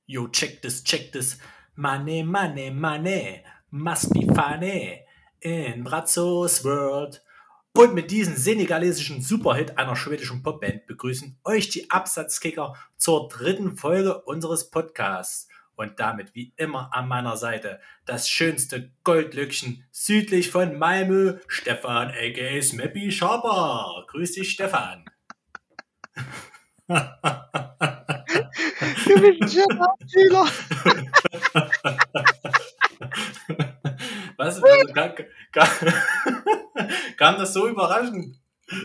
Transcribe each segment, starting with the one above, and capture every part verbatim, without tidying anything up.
Yo, check this, check this. Money, money, money. Must be funny. In Brazzos World. Und mit diesem senegalesischen Superhit einer schwedischen Popband begrüßen euch die Absatzkicker zur dritten Folge unseres Podcasts. Und damit wie immer an meiner Seite das schönste Goldlückchen südlich von Malmö, Stefan aka Smappy Schaber. Grüß dich, Stefan. Du bist ein schöner Schüler. Was? Also, kam, kam, kam das so überraschend?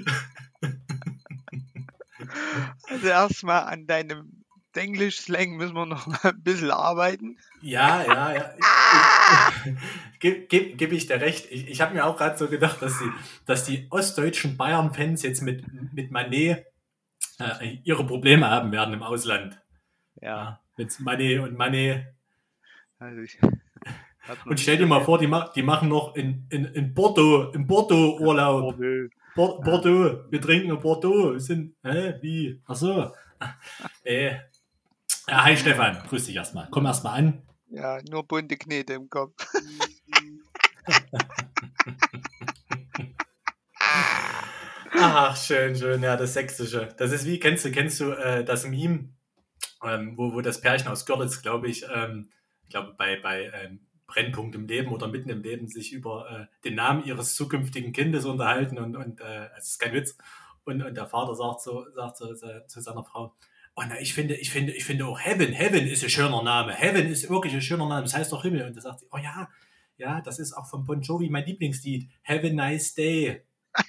Also erstmal an deinem Englisch-Slang müssen wir noch ein bisschen arbeiten. Ja, ja, ja. Gebe geb, geb ich dir recht. Ich, ich habe mir auch gerade so gedacht, dass die, dass die ostdeutschen Bayern-Fans jetzt mit, mit Mané äh, ihre Probleme haben werden im Ausland. Ja. Ja, mit Mané und Mané. Also ich, und stell dir mal vor, die, ma- die machen noch in, in, in Bordeaux, in Bordeaux Urlaub. Bordeaux. Bor- Bordeaux, wir trinken in Bordeaux. Wir sind, hä, wie? Ach so. Äh. Ja, hi Stefan, grüß dich erstmal. Komm erstmal an. Ja, nur bunte Knete im Kopf. Ach, schön, schön, ja, das Sächsische. Das ist wie, kennst du, kennst du äh, das Meme, ähm, wo, wo das Pärchen aus Görlitz, glaube ich, ähm, ich glaube bei, bei ähm, Brennpunkt im Leben oder mitten im Leben sich über äh, den Namen ihres zukünftigen Kindes unterhalten und, und äh, es ist kein Witz. Und, und der Vater sagt so, sagt so, so zu seiner Frau, oh na, ich finde, ich finde, ich finde auch Heaven, Heaven ist ein schöner Name. Heaven ist wirklich ein schöner Name, das heißt doch Himmel. Und da sagt sie, oh ja, ja, das ist auch von Bon Jovi mein Lieblingslied. Have a nice day.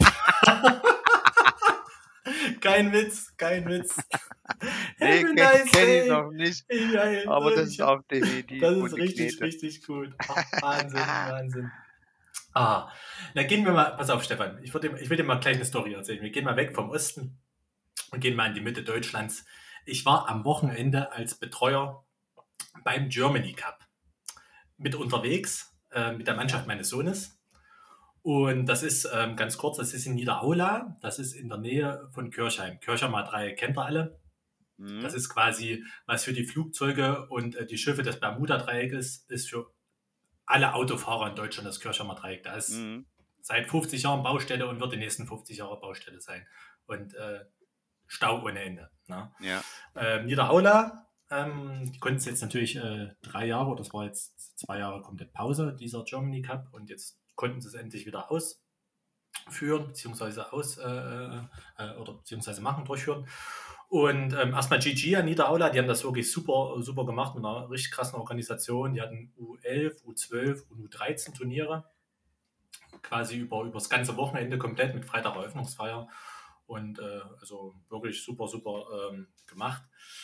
Kein Witz, kein Witz. Nee, Have a kenn, nice kenn day. ich noch nicht. Ja, Aber das ich ist hab- auch definitiv Das ist bunte richtig, Knete. richtig gut. Ach, Wahnsinn, Wahnsinn. Ah, na gehen wir mal, pass auf Stefan, ich, würde, ich will dir mal gleich eine Story erzählen. Wir gehen mal weg vom Osten und gehen mal in die Mitte Deutschlands. Ich war am Wochenende als Betreuer beim Germany Cup mit unterwegs, äh, mit der Mannschaft meines Sohnes. Und das ist ähm, ganz kurz, das ist in Niederaula, das ist in der Nähe von Kirchheim. Kirchheimer Dreieck kennt ihr alle. Mhm. Das ist quasi, was für die Flugzeuge und äh, die Schiffe des Bermuda-Dreiecks ist für alle Autofahrer in Deutschland das Kirchheimer Dreieck. Da ist Mhm. seit fünfzig Jahren Baustelle und wird die nächsten fünfzig Jahre Baustelle sein. Und äh, Stau ohne Ende. Ne? Ja. Ähm, Niederaula, ähm, die konnten es jetzt natürlich äh, drei Jahre, das war jetzt zwei Jahre komplett Pause, dieser Germany Cup, und jetzt konnten sie es endlich wieder ausführen, beziehungsweise aus, äh, äh, oder beziehungsweise machen, durchführen. Und ähm, erstmal G G an Niederaula, die haben das wirklich super, super gemacht mit einer richtig krassen Organisation. Die hatten U elf, U zwölf und U dreizehn Turniere, quasi über, über das ganze Wochenende komplett mit Freitag Eröffnungsfeier. Und äh, also wirklich super, super ähm, gemacht.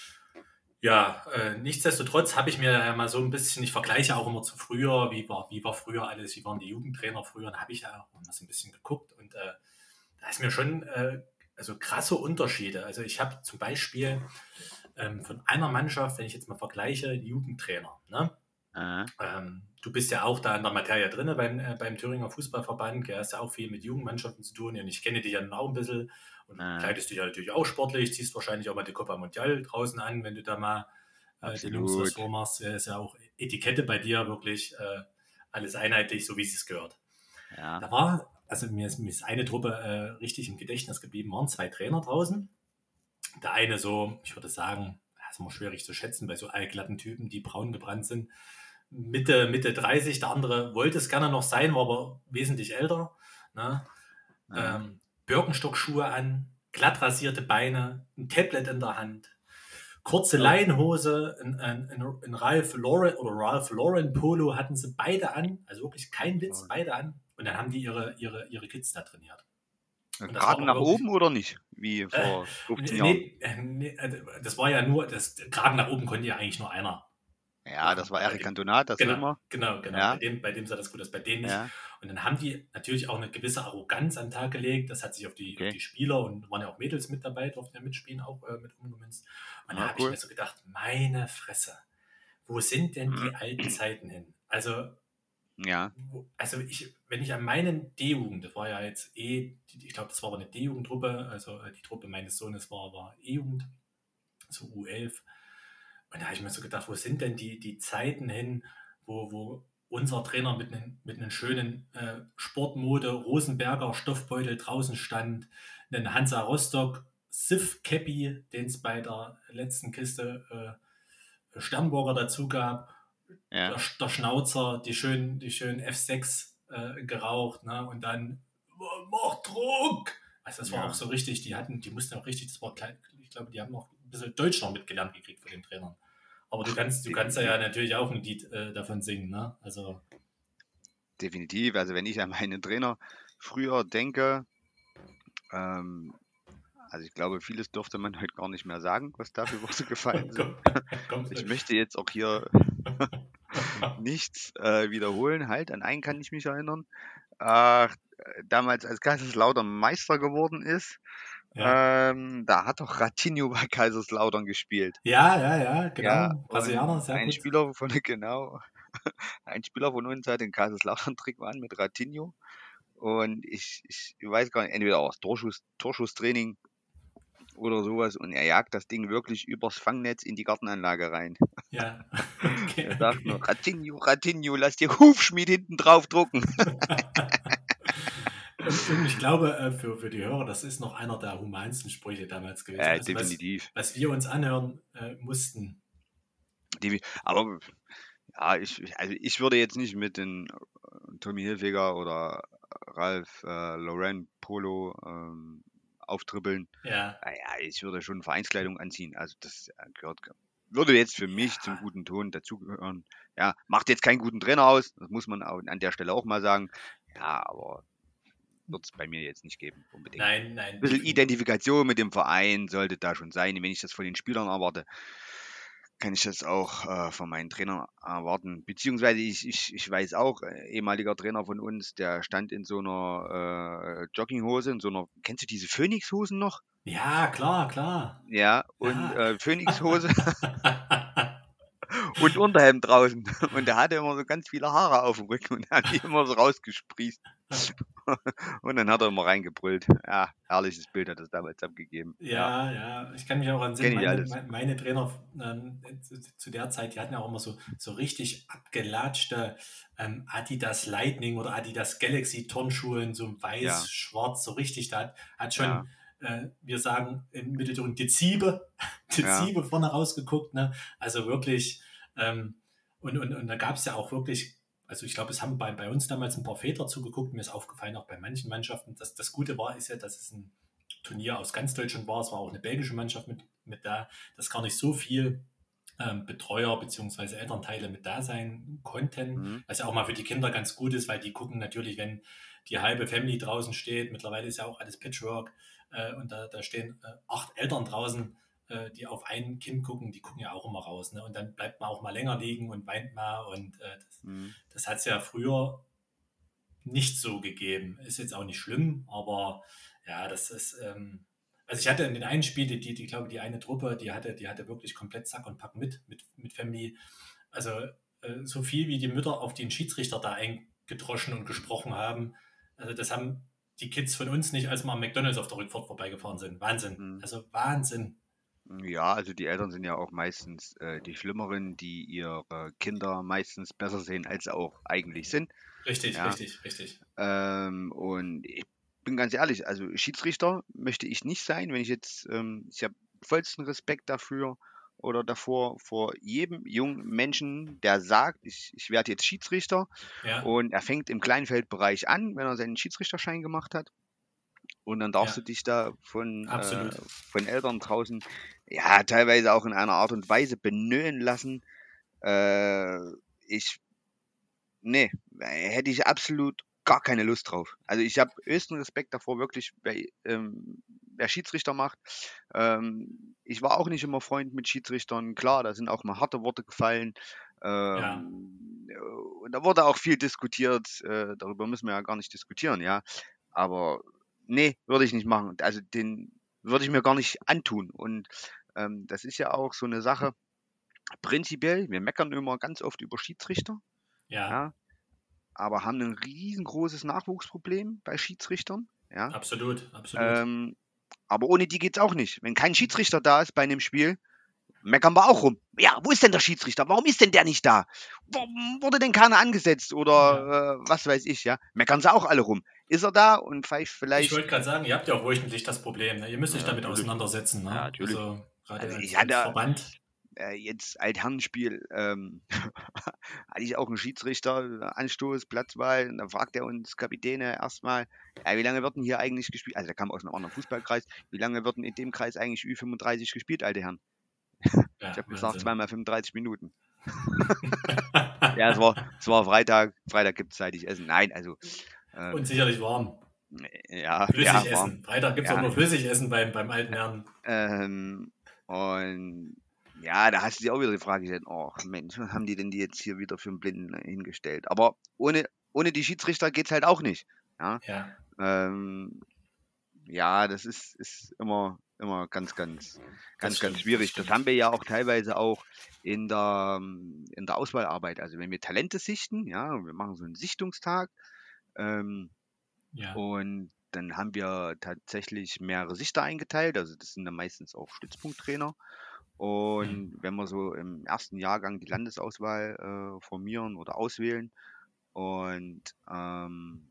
Ja, äh, nichtsdestotrotz habe ich mir ja mal so ein bisschen, ich vergleiche auch immer zu früher, wie war, wie war früher alles, wie waren die Jugendtrainer früher, da habe ich ja auch mal so ein bisschen geguckt und äh, da ist mir schon äh, also krasse Unterschiede. Also ich habe zum Beispiel ähm, von einer Mannschaft, wenn ich jetzt mal vergleiche, Jugendtrainer, ne? Aha. Ähm, du bist ja auch da in der Materie drin beim, äh, beim Thüringer Fußballverband, du hast ja auch viel mit Jugendmannschaften zu tun und ich kenne dich ja nun auch ein bisschen und du Ah. kleidest dich ja natürlich auch sportlich, ziehst wahrscheinlich auch mal die Copa Mundial draußen an, wenn du da mal äh, den Jungs was Absolut. vormachst. Ja, ist ja auch Etikette bei dir wirklich äh, alles einheitlich, so wie es gehört. Ja. Da war, also mir ist, mir ist eine Truppe äh, richtig im Gedächtnis geblieben, waren zwei Trainer draußen. Der eine so, ich würde sagen, ja, ist immer schwierig zu schätzen bei so allglatten Typen, die braun gebrannt sind. Mitte, Mitte dreißig, der andere wollte es gerne noch sein, war aber wesentlich älter. Ne? Ja. Ähm, Birkenstockschuhe an, glatt rasierte Beine, ein Tablet in der Hand, kurze Oh. Leinenhose, ein, ein, ein, ein Ralph Lauren oder Ralph Lauren Polo hatten sie beide an, also wirklich kein Witz, beide an. Und dann haben die ihre, ihre, ihre Kids da trainiert. Und das war Gerade aber nach wirklich- oben oder nicht? Wie vor fünfzehn Jahren? Nee, äh, nee, äh, das war ja nur, das gerade nach oben konnte ja eigentlich nur einer. Ja, das war Bei Eric dem- Cantona, das Genau, Römer. genau, genau. Ja. Bei dem, bei dem sah das gut aus, bei denen nicht. Ja. Und dann haben die natürlich auch eine gewisse Arroganz an den Tag gelegt. Das hat sich auf die, Okay. auf die Spieler und waren ja auch Mädels mit dabei, durften ja mitspielen, auch äh, mit umgemünzt. Und da Ja, habe ich cool. mir so gedacht, meine Fresse, wo sind denn die alten Zeiten hin? Also, Ja. wo, also ich, wenn ich an meinen D-Jugend, das war ja jetzt eh, die- ich glaube, das war aber eine D-Jugendtruppe, also äh, die Truppe meines Sohnes war, war E-Jugend, so U elf. Und da habe ich mir so gedacht, wo sind denn die, die Zeiten hin, wo, wo unser Trainer mit einem mit einem schönen äh, Sportmode Rosenberger Stoffbeutel draußen stand, einen Hansa Rostock Sif Cappy, den es bei der letzten Kiste äh, Sternburger dazu gab, Ja. der, der Schnauzer, die schönen, die schönen F sechs äh, geraucht, ne? Und dann mach Druck! Also das war Ja. auch so richtig, die hatten, die mussten auch richtig, das war klein, ich glaube, die haben noch ein bisschen Deutsch noch mitgelernt gekriegt von den Trainern. Aber du kannst, du kannst ja natürlich auch ein Lied äh, davon singen, ne? Also. Definitiv. Also wenn ich an meine Trainer früher denke, ähm, also ich glaube, vieles durfte man heute gar nicht mehr sagen, was da für Worte gefallen sind. Ich möchte jetzt auch hier nichts äh, wiederholen. Halt, an einen kann ich mich erinnern. Äh, damals, als Kaiserslautern Meister geworden ist, Ja. ähm, da hat doch Ratinho bei Kaiserslautern gespielt. Ja, ja, ja, genau. Ja, Brasilianer, und sehr ein gut. Spieler von, genau, ein Spieler von uns hat den Kaiserslautern-Trikot an mit Ratinho. Und ich, ich weiß gar nicht, entweder auch Torschuss, Torschusstraining oder sowas. Und er jagt das Ding wirklich übers Fangnetz in die Gartenanlage rein. Ja. Okay, Er sagt okay. nur, Ratinho, Ratinho, lass dir Hufschmied hinten drauf drucken. Und ich glaube, äh, für, für die Hörer, das ist noch einer der humansten Sprüche damals gewesen. Äh, Also was, definitiv. was wir uns anhören äh, mussten. Defi- Aber ja, ich, also ich würde jetzt nicht mit den äh, Tommy Hilfiger oder Ralf äh, Lauren Polo ähm, auftribbeln. Ja. Naja, ich würde schon Vereinskleidung anziehen. Also das äh, gehört, würde jetzt für mich zum Ja. guten Ton dazugehören. Ja, macht jetzt keinen guten Trainer aus, das muss man auch an der Stelle auch mal sagen. Ja, aber wird es bei mir jetzt nicht geben, unbedingt. Nein, nein. Ein bisschen definitiv. Identifikation mit dem Verein sollte da schon sein. Wenn ich das von den Spielern erwarte, kann ich das auch äh, von meinen Trainern erwarten. Beziehungsweise ich, ich, ich weiß auch, äh, ehemaliger Trainer von uns, der stand in so einer äh, Jogginghose, in so einer, kennst du diese Phoenix-Hosen noch? Ja, klar, klar. Ja, und Ja. äh, Phoenix-Hose und Unterhemd draußen. Und der hatte immer so ganz viele Haare auf dem Rücken und hat die immer so rausgesprießt. Und dann hat er immer reingebrüllt. Ja, herrliches Bild hat er damals abgegeben. Ja, Ja, ja, ich kann mich auch an kenne ich meine, alles. meine, meine Trainer ähm, zu, zu der Zeit, die hatten ja auch immer so, so richtig abgelatschte ähm, Adidas Lightning oder Adidas Galaxy Turnschuhe, so weiß, Ja, schwarz, so richtig. Da hat, hat ja, schon, äh, wir sagen im Mittelton, die Ziebe, die ja, Ziebe vorne rausgeguckt. Ne? Also wirklich, ähm, und, und, und da gab es ja auch wirklich, also ich glaube, es haben bei, bei uns damals ein paar Väter zugeguckt. Mir ist aufgefallen, auch bei manchen Mannschaften, dass das Gute war, ist ja, dass es ein Turnier aus ganz Deutschland war. Es war auch eine belgische Mannschaft mit, mit da, dass gar nicht so viel ähm, Betreuer bzw. Elternteile mit da sein konnten. mhm. Was ja auch mal für die Kinder ganz gut ist, weil die gucken natürlich, wenn die halbe Family draußen steht. Mittlerweile ist ja auch alles Patchwork äh, und da, da stehen äh, acht Eltern draußen, äh, die auf ein Kind gucken. Die gucken ja auch immer raus. Ne? Und dann bleibt man auch mal länger liegen und weint mal. Und äh, das, Mhm. das hat es ja früher nicht so gegeben. Ist jetzt auch nicht schlimm, aber ja, das ist. Ähm, also ich hatte in den einen Spiel, die, die, die glaube die eine Truppe, die hatte, die hatte wirklich komplett Sack und Pack mit, mit, mit Family. Also äh, so viel wie die Mütter auf den Schiedsrichter da eingedroschen und gesprochen haben. Also das haben die Kids von uns nicht, als wir am McDonalds auf der Rückfahrt vorbeigefahren sind. Wahnsinn. Mhm. Also Wahnsinn. Ja, also die Eltern sind ja auch meistens äh, die Schlimmeren, die ihre Kinder meistens besser sehen, als sie auch eigentlich sind. Richtig, Ja, richtig, richtig. ähm, und ich bin ganz ehrlich, also Schiedsrichter möchte ich nicht sein, wenn ich jetzt, ähm, ich habe vollsten Respekt dafür oder davor, vor jedem jungen Menschen, der sagt, ich, ich werde jetzt Schiedsrichter Ja, und er fängt im Kleinfeldbereich an, wenn er seinen Schiedsrichterschein gemacht hat. Und dann darfst ja, du dich da von, äh, absolut. von Eltern draußen, ja, teilweise auch in einer Art und Weise benöhen lassen. Äh, ich, nee, hätte ich absolut gar keine Lust drauf. Also ich habe höchsten Respekt davor, wirklich, wer, ähm, wer Schiedsrichter macht. Ähm, ich war auch nicht immer Freund mit Schiedsrichtern. Klar, da sind auch mal harte Worte gefallen. Ja, Ähm, und da wurde auch viel diskutiert. Äh, darüber müssen wir ja gar nicht diskutieren, ja. Aber nee, würde ich nicht machen. Also den würde ich mir gar nicht antun. Und ähm, das ist ja auch so eine Sache. Prinzipiell, wir meckern immer ganz oft über Schiedsrichter, ja, ja, aber haben ein riesengroßes Nachwuchsproblem bei Schiedsrichtern, ja. absolut, absolut. Ähm, aber ohne die geht's auch nicht. Wenn kein Schiedsrichter da ist bei einem Spiel, meckern wir auch rum. Ja, wo ist denn der Schiedsrichter? Warum ist denn der nicht da? Warum wurde denn keiner angesetzt? Ja. Oder äh, was weiß ich, ja. Meckern sie auch alle rum. Ist er da und pfeift Ich vielleicht. wollte gerade sagen, ihr habt ja auch wöchentlich das Problem. Ne? Ihr müsst euch Ja, damit natürlich. auseinandersetzen. Ne? Ja, natürlich. Also gerade Also als, ich als hatte Verband. äh, jetzt Altherrenspiel, ähm, hatte ich auch einen Schiedsrichter, Anstoß, Platzwahl, und da fragt er uns Kapitäne erstmal, ja, wie lange wird denn hier eigentlich gespielt? Also der kam aus einem anderen Fußballkreis, wie lange wird denn in dem Kreis eigentlich Ü fünfunddreißig gespielt, alte Herren? Ja, Ich habe gesagt, Wahnsinn. zweimal fünfunddreißig Minuten. Ja, es war, es war Freitag, Freitag gibt es zeitig Essen. Nein, also. Ähm, Und sicherlich warm. Ja, Flüssig ja, essen. warm. Freitag gibt es Ja. auch nur flüssig essen beim, beim alten Herrn. Ähm, und ja, da hast du dir auch wieder die Frage gestellt, oh Mensch, was haben die denn die jetzt hier wieder für einen Blinden hingestellt? Aber ohne, ohne die Schiedsrichter geht es halt auch nicht. Ja, Ja. ähm, ja das ist, ist immer, immer ganz, ganz, ganz, stimmt, ganz schwierig. das Das, stimmt. haben wir ja auch teilweise auch in der, in der Auswahlarbeit. Also wenn wir Talente sichten, ja, wir machen so einen Sichtungstag, ähm, Ja. und dann haben wir tatsächlich mehrere Sichter eingeteilt. Also das sind dann meistens auch Stützpunkttrainer. Und Hm. wenn wir so im ersten Jahrgang die Landesauswahl äh, formieren oder auswählen und ähm,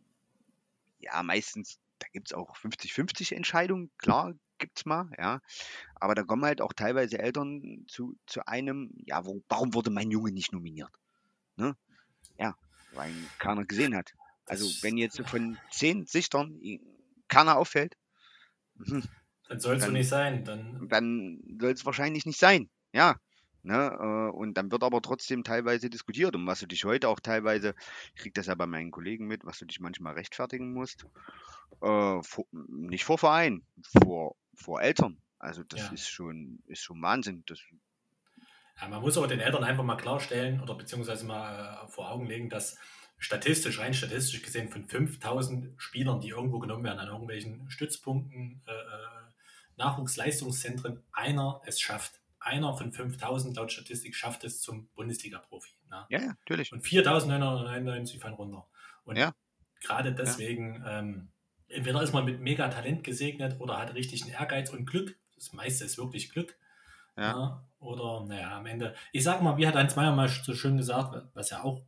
ja, meistens, da gibt es auch fünfzig fünfzig Entscheidungen, klar, gibt's mal, ja. Aber da kommen halt auch teilweise Eltern zu, zu einem, ja, wo, warum wurde mein Junge nicht nominiert? Ne? Ja, weil ihn keiner gesehen hat. Also Das, wenn jetzt so von zehn Sichtern i- keiner auffällt, mhm, dann soll es so dann, nicht sein. Dann, dann soll es wahrscheinlich nicht sein. Ja. Ne, äh, und dann wird aber trotzdem teilweise diskutiert, um was du dich heute auch teilweise, ich kriege das ja bei meinen Kollegen mit, was du dich manchmal rechtfertigen musst. Äh, vor, nicht vor Verein, vor, vor Eltern. Also das ja. ist schon, ist schon Wahnsinn. Das, Ja, man muss auch den Eltern einfach mal klarstellen oder beziehungsweise mal äh, vor Augen legen, dass statistisch, rein statistisch gesehen, von fünftausend Spielern, die irgendwo genommen werden an irgendwelchen Stützpunkten, äh, äh, Nachwuchsleistungszentren, einer es schafft. Einer von fünftausend laut Statistik schafft es zum Bundesliga-Profi. Ne? ja, ja, natürlich. Und viertausendneunhundertneunundneunzig fallen runter. Und Ja, gerade ja, deswegen, ähm, entweder ist man mit mega Talent gesegnet oder hat richtigen Ehrgeiz und Glück. Das meiste ist wirklich Glück. ja. Ja, oder, naja, am Ende. Ich sag mal, wie hat Heinz Meier mal so schön gesagt, was ja auch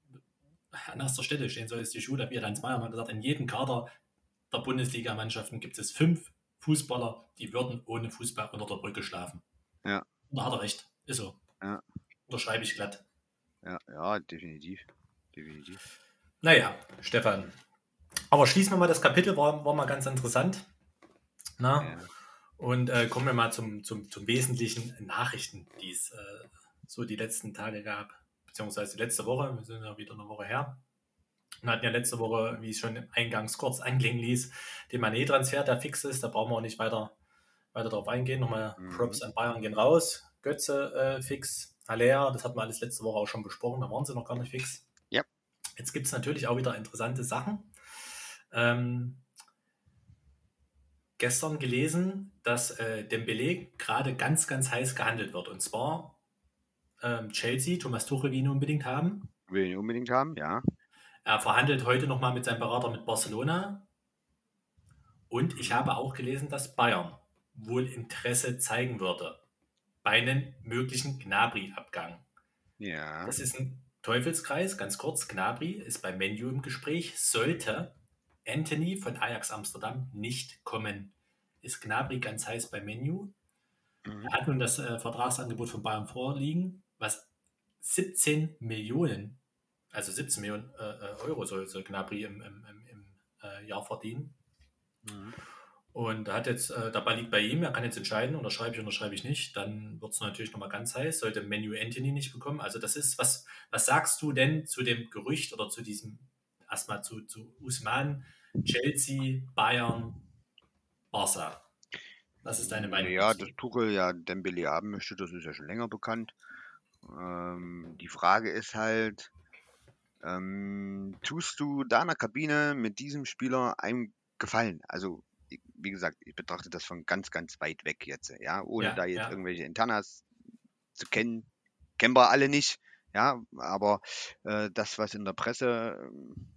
an erster Stelle stehen soll, ist die Schule, wie hat Heinz Meier mal gesagt, in jedem Kader der Bundesligamannschaften gibt es fünf Fußballer, die würden ohne Fußball unter der Brücke schlafen. Ja. Und da hat er recht. Ist so. Ja. Unterschreibe ich glatt. Ja, ja, definitiv. Definitiv. Naja, Stefan. Aber schließen wir mal das Kapitel, war, war mal ganz interessant. Na? Ja. Und äh, kommen wir mal zum, zum, zum wesentlichen Nachrichten, die es äh, so die letzten Tage gab, beziehungsweise die letzte Woche. Wir sind ja wieder eine Woche her. Wir hatten ja letzte Woche, wie es schon eingangs kurz anklingen ließ, den Mané-Transfer, der fix ist. Da brauchen wir auch nicht weiter, weiter drauf eingehen. Nochmal Mhm. Props an Bayern gehen raus. Götze äh, fix. Haller, das hatten wir alles letzte Woche auch schon besprochen. Da waren sie noch gar nicht fix. Ja. Jetzt gibt es natürlich auch wieder interessante Sachen. Ähm, gestern gelesen, dass äh, Dembélé gerade ganz, ganz heiß gehandelt wird. Und zwar ähm, Chelsea, Thomas Tuchel will ihn unbedingt haben. Will ihn unbedingt haben, ja. Er verhandelt heute nochmal mit seinem Berater mit Barcelona. Und ich Mhm. habe auch gelesen, dass Bayern wohl Interesse zeigen würde bei einem möglichen Gnabry-Abgang. Ja. Das ist ein Teufelskreis, ganz kurz. Gnabry ist bei Man U im Gespräch. Sollte Anthony von Ajax Amsterdam nicht kommen, ist Gnabry ganz heiß bei Man U. Mhm. Er hat nun das äh, Vertragsangebot von Bayern vorliegen, was siebzehn Millionen, also siebzehn Millionen äh, Euro soll, soll Gnabry im, im, im, im äh, Jahr verdienen. Mhm. Und er hat jetzt, äh, der Ball liegt bei ihm, er kann jetzt entscheiden, unterschreibe ich, unterschreibe ich nicht. Dann wird es natürlich nochmal ganz heiß, sollte Manu Anthony nicht bekommen. Also das ist, was, was sagst du denn zu dem Gerücht oder zu diesem, erstmal zu, zu Usman, Chelsea, Bayern, Barca? Was ist deine Meinung Ja, dazu? dass Tuchel ja Dembélé haben möchte, das ist ja schon länger bekannt. Ähm, die Frage ist halt, ähm, tust du deiner Kabine mit diesem Spieler einen Gefallen? Also, ich- wie gesagt, ich betrachte das von ganz, ganz weit weg jetzt, ja, ohne da Ja, jetzt ja. irgendwelche Internas zu kennen. Kennen wir alle nicht, ja, aber äh, das, was in der Presse ähm,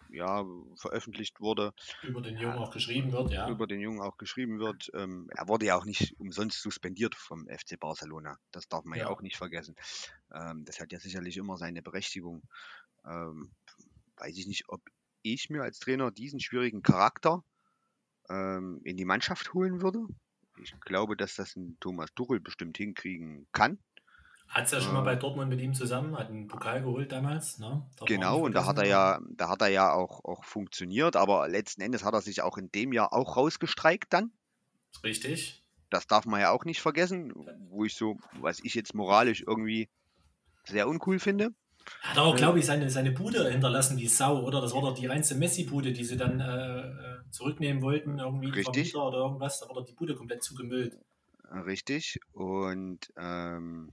ja, veröffentlicht wurde. Über den Jungen Ja, auch geschrieben wird, ja. über den Jungen auch geschrieben wird. Ähm, er wurde ja auch nicht umsonst suspendiert vom F C Barcelona. Das darf man ja Ja. auch nicht vergessen. Ähm, das hat ja sicherlich immer seine Berechtigung. Ähm, weiß ich nicht, ob ich mir als Trainer diesen schwierigen Charakter ähm, in die Mannschaft holen würde. Ich glaube, dass das ein Thomas Tuchel bestimmt hinkriegen kann. Hat es ja schon mal bei Äh, Dortmund mit ihm zusammen, hat einen Pokal geholt damals, ne? Darf man auch nicht genau, und da hat vergessen. er Aber ja, da hat er ja auch, auch funktioniert, aber letzten Endes hat er sich auch in dem Jahr auch rausgestreikt dann. ist richtig. Das darf man ja auch nicht vergessen, wo ich so, was ich jetzt moralisch irgendwie sehr uncool finde. Hat auch, Äh, glaube ich, seine, seine Bude hinterlassen, die Sau, oder? Das war doch die reinste Messi-Bude, die sie dann äh, äh, zurücknehmen wollten, irgendwie die richtig, Vermieter oder irgendwas. Da wurde die Bude komplett zugemüllt. richtig. Und ähm,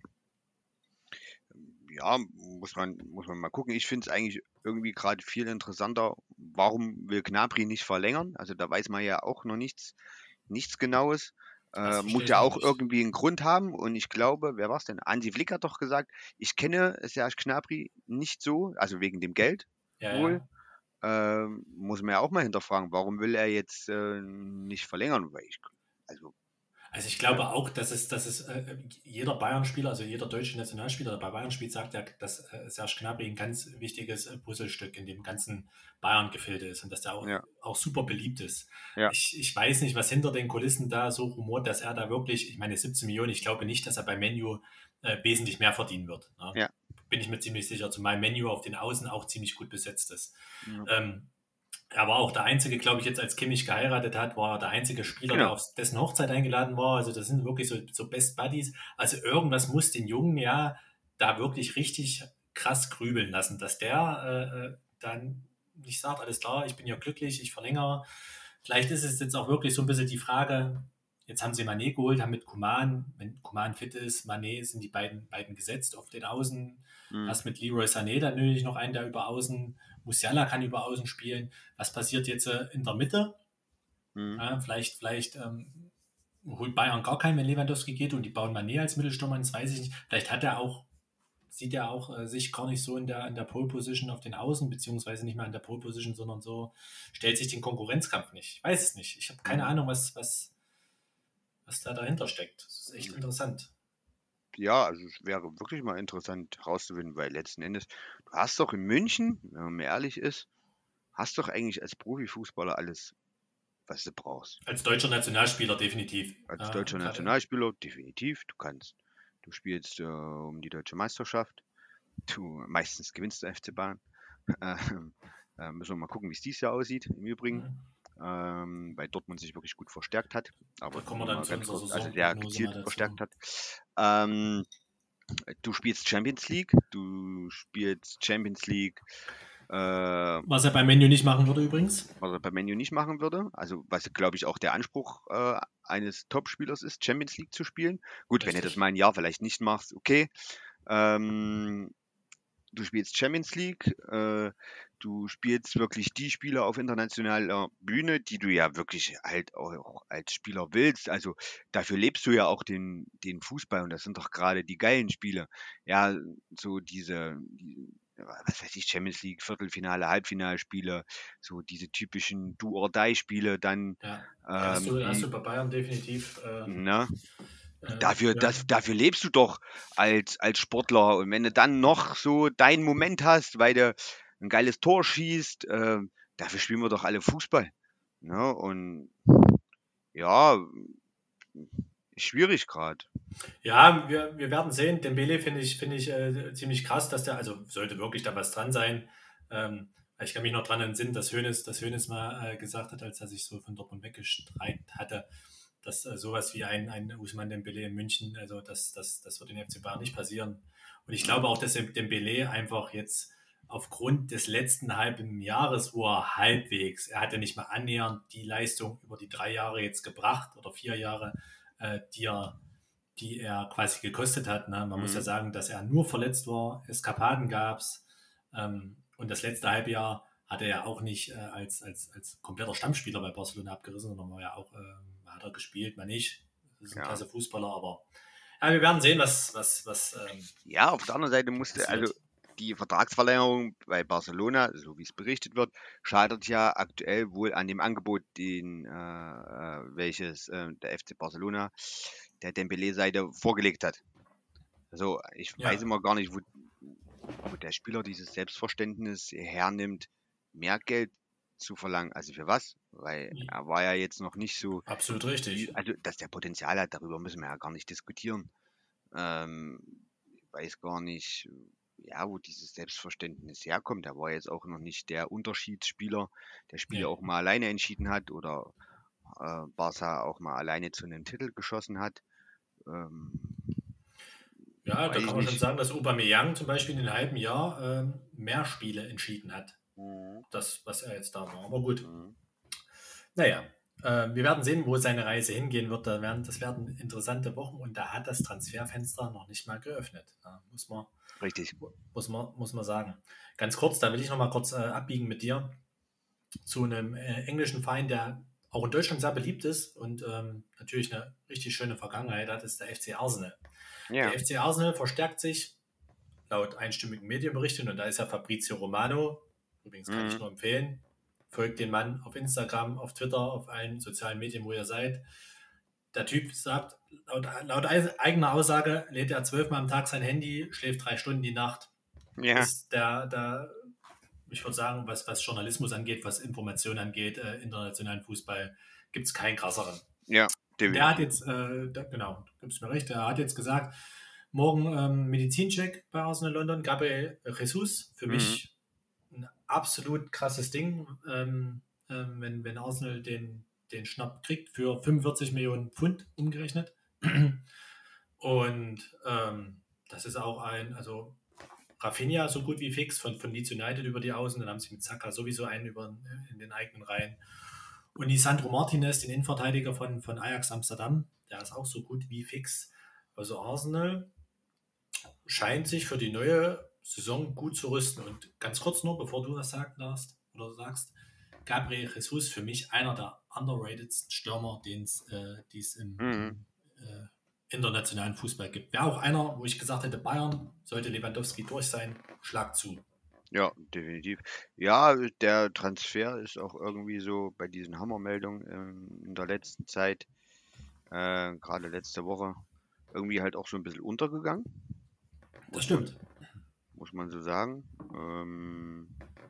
ja, muss man, muss man mal gucken. Ich finde es eigentlich irgendwie gerade viel interessanter, warum will Gnabry nicht verlängern? Also da weiß man ja auch noch nichts, nichts Genaues. Das Äh, verstehe muss ich ja auch auch nicht. irgendwie einen Grund haben. Und ich glaube, wer war es denn? Andy Flick hat doch gesagt, ich kenne Serge Gnabry nicht so, also wegen dem Geld Ja, wohl. ja. Ähm, muss man ja auch mal hinterfragen, warum will er jetzt äh, nicht verlängern? Weil ich, also, Also ich äh, glaube auch, dass es, dass es äh, jeder Bayern-Spieler, also jeder deutsche Nationalspieler, der bei Bayern spielt, sagt ja, dass äh, Serge Gnabry ein ganz wichtiges äh, Puzzlestück in dem ganzen Bayern-Gefilde ist und dass der auch, ja, auch super beliebt ist. ja, Ich, ich weiß nicht, was hinter den Kulissen da so rumort, dass er da wirklich, ich meine siebzehn Millionen, ich glaube nicht, dass er bei Menu äh, wesentlich mehr verdienen wird. Ne? ja, Bin ich mir ziemlich sicher, zumal Menu auf den Außen auch ziemlich gut besetzt ist. ja, Ähm, er war auch der Einzige, glaube ich, jetzt als Kimmich geheiratet hat, war er der einzige Spieler, der genau. auf dessen Hochzeit eingeladen war. Also das sind wirklich so, so Best Buddies. Also irgendwas muss den Jungen ja da wirklich richtig krass grübeln lassen, dass der äh, äh, dann nicht sagt, alles klar, ich bin ja glücklich, ich verlängere. Vielleicht ist es jetzt auch wirklich so ein bisschen die Frage, jetzt haben sie Mané geholt, haben mit Coman, wenn Coman fit ist, Mané sind die beiden, beiden gesetzt auf den Außen. Mhm. Hast mit Leroy Sané dann natürlich noch einen, der über Außen, Musiala kann über Außen spielen. Was passiert jetzt äh, in der Mitte? Mhm. Ja, vielleicht vielleicht ähm, holt Bayern gar keinen, wenn Lewandowski geht und die bauen Mané als Mittelstürmer, das weiß ich nicht. Vielleicht hat er auch, sieht er auch äh, sich gar nicht so in der, in der Pole Position auf den Außen, beziehungsweise nicht mehr in der Pole Position, sondern so stellt sich den Konkurrenzkampf nicht. Ich weiß es nicht. Ich habe keine Mhm. Ahnung, was, was, was da dahinter steckt. Das ist echt interessant. Ja, also es wäre wirklich mal interessant herauszufinden, weil letzten Endes, du hast doch in München, wenn man mal ehrlich ist, hast doch eigentlich als Profifußballer alles, was du brauchst. Als deutscher Nationalspieler definitiv. Als Ja, deutscher gerade. Nationalspieler definitiv, du kannst, du spielst äh, um die deutsche Meisterschaft, du meistens gewinnst du F C Bayern. Ähm, äh, müssen wir mal gucken, wie es dieses Jahr aussieht, im Übrigen, Hm. ähm, weil Dortmund sich wirklich gut verstärkt hat, Da aber kommen wir nur dann mal zu ganz unserer kurz, also sehr Saisonprognose mal gezielt dazu. verstärkt hat. Ähm, Du spielst Champions League, du spielst Champions League, äh, was Was er beim Menu nicht machen würde übrigens. er bei Man U nicht machen würde. Also was, glaube ich, auch der Anspruch äh, eines Topspielers ist, Champions League zu spielen. Gut, wenn du das Richtig. mal ein Jahr vielleicht nicht machst, okay. Ähm, du spielst Champions League, äh, du spielst wirklich die Spieler auf internationaler Bühne, die du ja wirklich halt auch als Spieler willst. Also dafür lebst du ja auch den, den Fußball und das sind doch gerade die geilen Spiele. Ja, so diese, die, was weiß ich, Champions League, Viertelfinale, Halbfinalspiele, so diese typischen Do-or-Die-Spiele, dann Ja. Ja, hast ähm, du, hast die, du bei Bayern definitiv. Äh, ne, äh, Dafür, ja. das, dafür lebst du doch als, als Sportler. Und wenn du dann noch so deinen Moment hast, weil du ein geiles Tor schießt, äh, dafür spielen wir doch alle Fußball. Ne? Und ja, schwierig gerade. Ja, wir, wir werden sehen. Dembele finde ich, finde ich äh, ziemlich krass, dass der, also sollte wirklich da was dran sein. Ähm, ich kann mich noch dran entsinnen, dass Hoeneß, dass Hoeneß mal äh, gesagt hat, als er sich so von Dortmund weggestreikt hatte, dass äh, sowas wie ein, ein Ousmane Dembele in München, also das, das, das wird in F C Bayern nicht passieren. Und ich glaube auch, dass Dembele einfach jetzt aufgrund des letzten halben Jahres, wo er halbwegs, er hat ja nicht mal annähernd die Leistung über die drei Jahre jetzt gebracht oder vier Jahre, äh, die er die er quasi gekostet hat. Ne? Man muss ja Mhm. sagen, dass er nur verletzt war, Eskapaden gab es ähm, und das letzte Halbjahr hat er ja auch nicht äh, als, als, als kompletter Stammspieler bei Barcelona abgerissen, sondern war ja auch, äh, hat er gespielt, man nicht. Das ist ein Ja. klasse Fußballer, aber ja, wir werden sehen, was, was, was, ähm, Ja, auf der anderen Seite was musste, also passiert. die Vertragsverlängerung bei Barcelona, so wie es berichtet wird, scheitert ja aktuell wohl an dem Angebot, den, äh, äh, welches äh, der F C Barcelona der Dembélé-Seite vorgelegt hat. Also ich weiß Ja, immer gar nicht, wo, wo der Spieler dieses Selbstverständnis hernimmt, mehr Geld zu verlangen. Also für was? Weil er war ja jetzt noch nicht so, absolut die, richtig. also dass der Potenzial hat, darüber müssen wir ja gar nicht diskutieren. Ähm, ich weiß gar nicht, ja, wo dieses Selbstverständnis herkommt. Er war jetzt auch noch nicht der Unterschiedsspieler, der Spiele Nee. auch mal alleine entschieden hat oder äh, Barca auch mal alleine zu einem Titel geschossen hat. Ähm, Ja, da weiß ich kann man schon nicht. sagen, dass Aubameyang zum Beispiel in einem halben Jahr ähm, mehr Spiele entschieden hat. Mhm. Das, was er jetzt da war. Aber gut. Mhm. Naja, äh, wir werden sehen, wo seine Reise hingehen wird. Da werden, das werden interessante Wochen und da hat das Transferfenster noch nicht mal geöffnet. Ja, muss man, Richtig. muss man, muss man sagen. Ganz kurz, da will ich noch mal kurz äh, abbiegen mit dir zu einem äh, englischen Verein, der auch in Deutschland sehr beliebt ist und ähm, natürlich eine richtig schöne Vergangenheit hat, ist der F C Arsenal. Ja. Der F C Arsenal verstärkt sich laut einstimmigen Medienberichten und da ist ja Fabrizio Romano, übrigens kann ich Mhm. nur empfehlen, folgt den Mann auf Instagram, auf Twitter, auf allen sozialen Medien, wo ihr seid. Der Typ sagt, laut, laut eigener Aussage lädt er zwölfmal am Tag sein Handy, schläft drei Stunden die Nacht, Ja. ist der, der ich würde sagen, was, was Journalismus angeht, was Information angeht, äh, internationalen Fußball, gibt es keinen krasseren. Ja, Und der hat definitiv. jetzt, äh, der, genau, du gibst mir recht, der hat jetzt gesagt, morgen ähm, Medizincheck bei Arsenal London, Gabriel Jesus, für Mhm. mich ein absolut krasses Ding, ähm, ähm, wenn, wenn Arsenal den, den Schnapp kriegt für fünfundvierzig Millionen Pfund umgerechnet. Und ähm, das ist auch ein, also Rafinha so gut wie fix von, von Leeds United über die Außen. Dann haben sie mit Saka sowieso einen über, in den eigenen Reihen. Und Lisandro Martinez, den Innenverteidiger von, von Ajax Amsterdam, der ist auch so gut wie fix. Also Arsenal scheint sich für die neue Saison gut zu rüsten. Und ganz kurz nur, bevor du das sagst, oder sagst, Gabriel Jesus für mich einer der underratedsten Stürmer, den es äh, im, Mhm. im äh, internationalen Fußball gibt. Wäre auch einer, wo ich gesagt hätte, Bayern sollte Lewandowski durch sein, Schlag zu. Ja, definitiv. Ja, der Transfer ist auch irgendwie so bei diesen Hammermeldungen ähm, in der letzten Zeit, äh, gerade letzte Woche, irgendwie halt auch so ein bisschen untergegangen, Das muss man, stimmt. muss man so sagen. Ähm,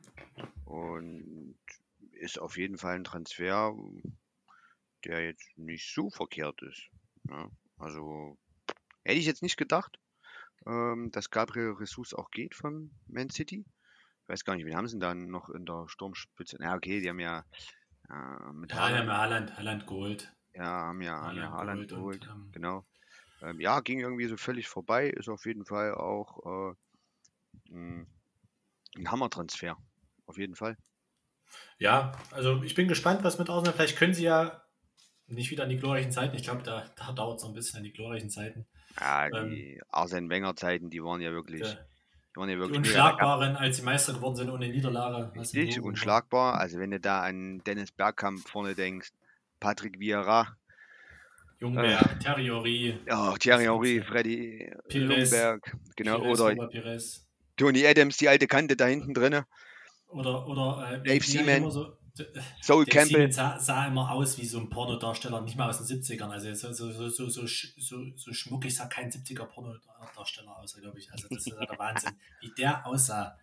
und ist auf jeden Fall ein Transfer, der jetzt nicht so verkehrt ist. Ja, also hätte ich jetzt nicht gedacht, ähm, dass Gabriel Jesus auch geht von Man City. Ich weiß gar nicht, wen haben sie denn dann noch in der Sturmspitze? Na, okay, die haben ja äh, mit Ja, die haben Haaland, ja Haaland, Haaland geholt. ja, haben ja, haben ja Haaland Haaland geholt und geholt, ähm, genau. Ähm, ja, ging irgendwie so völlig vorbei, ist auf jeden Fall auch äh, ein, ein Hammertransfer. Auf jeden Fall. ja, also ich bin gespannt, was mit Arsenal. Vielleicht können sie ja nicht wieder an die glorreichen Zeiten. Ich glaube, da, da dauert es noch ein bisschen an die glorreichen Zeiten. Ja, Ähm, die Arsene Wenger Zeiten, die waren ja wirklich, der, die waren ja die wirklich mega. Da gab Unschlagbaren, als sie Meister geworden sind ohne Niederlage, was im richtig Logo war. unschlagbar. Also wenn du da an Dennis Bergkamp vorne denkst, Patrick Vieira, äh, Jungberg, Terry Henry, ja, das Thierry Henry, ganze Freddy Pires, Ljungberg, genau, Pires, oder Robert Pires. Tony Adams, die alte Kante da hinten drinne, Oder, oder äh, Dave wie, wie er immer Seaman, so. Sol Dave Seaman Campbell. sah, sah immer aus wie so ein Pornodarsteller, nicht mal aus den siebzigern. Also so, so, so, so, so, so, so schmuckig sah kein siebziger Pornodarsteller aus, glaube ich. Also das ist ja der Wahnsinn, wie der aussah.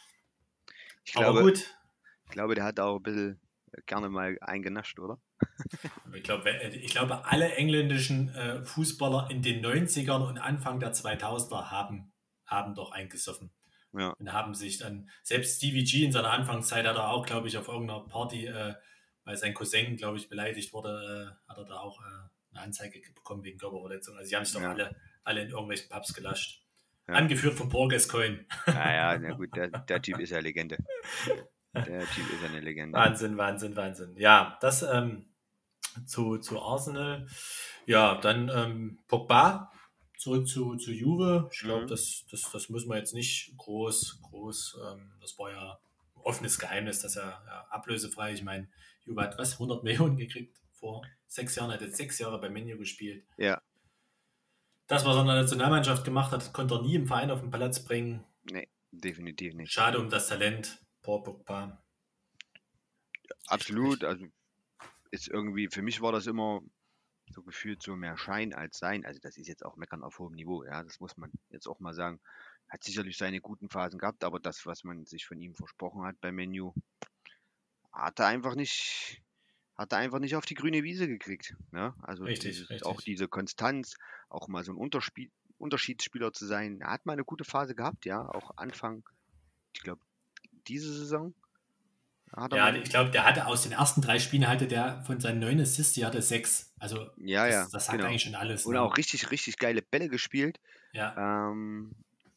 Ich Aber glaube, gut, ich glaube, der hat auch ein bisschen gerne mal eingenascht, oder? ich glaube, ich glaube alle engländischen äh, Fußballer in den neunzigern und Anfang der zweitausender haben, haben doch eingesoffen. Ja. Und haben sich dann, selbst Stevie G in seiner Anfangszeit hat er auch, glaube ich, auf irgendeiner Party, äh, weil sein Cousin, glaube ich, beleidigt wurde, äh, hat er da auch äh, eine Anzeige bekommen wegen Körperverletzung. Also sie haben sich doch Ja, alle, alle in irgendwelchen Pubs gelascht. ja. Angeführt von Paul Gascoigne. Naja, na gut, der, der Typ ist ja Legende. Der Typ ist ja eine Legende. Wahnsinn, Wahnsinn, Wahnsinn. Ja, das ähm, zu, zu Arsenal. Ja, dann ähm, Pogba, zurück zu, zu Juve. Ich glaube, Mhm. das, das, das müssen wir jetzt nicht groß, groß, ähm, das war ja ein offenes Geheimnis, dass er ja, ablösefrei, ich meine, Juve hat was, hundert Millionen gekriegt vor sechs Jahren, hat jetzt sechs Jahre bei Menu gespielt. Ja, Das, was er in der Nationalmannschaft gemacht hat, konnte er nie im Verein auf den Platz bringen. nee. definitiv nicht. Schade um das Talent, Paul Pogba. Absolut, also ist irgendwie, für mich war das immer so gefühlt so mehr Schein als Sein. Also das ist jetzt auch Meckern auf hohem Niveau, ja, das muss man jetzt auch mal sagen. Hat sicherlich seine guten Phasen gehabt, aber das, was man sich von ihm versprochen hat beim Man U, hat er einfach nicht, hat er einfach nicht auf die grüne Wiese gekriegt. Ne? Also Richtig, dieses, richtig. auch diese Konstanz, auch mal so ein Unterspiel, Unterschiedsspieler zu sein. Er hat mal eine gute Phase gehabt, ja, auch Anfang, ich glaube, diese Saison. Hat er Ja, mal, ich glaube, der hatte aus den ersten drei Spielen hatte der von seinen neun Assists, die hatte sechs. Also ja, ja, das, das sagt genau. eigentlich schon alles. Und Ne? auch richtig, richtig geile Bälle gespielt. Ja, Ähm,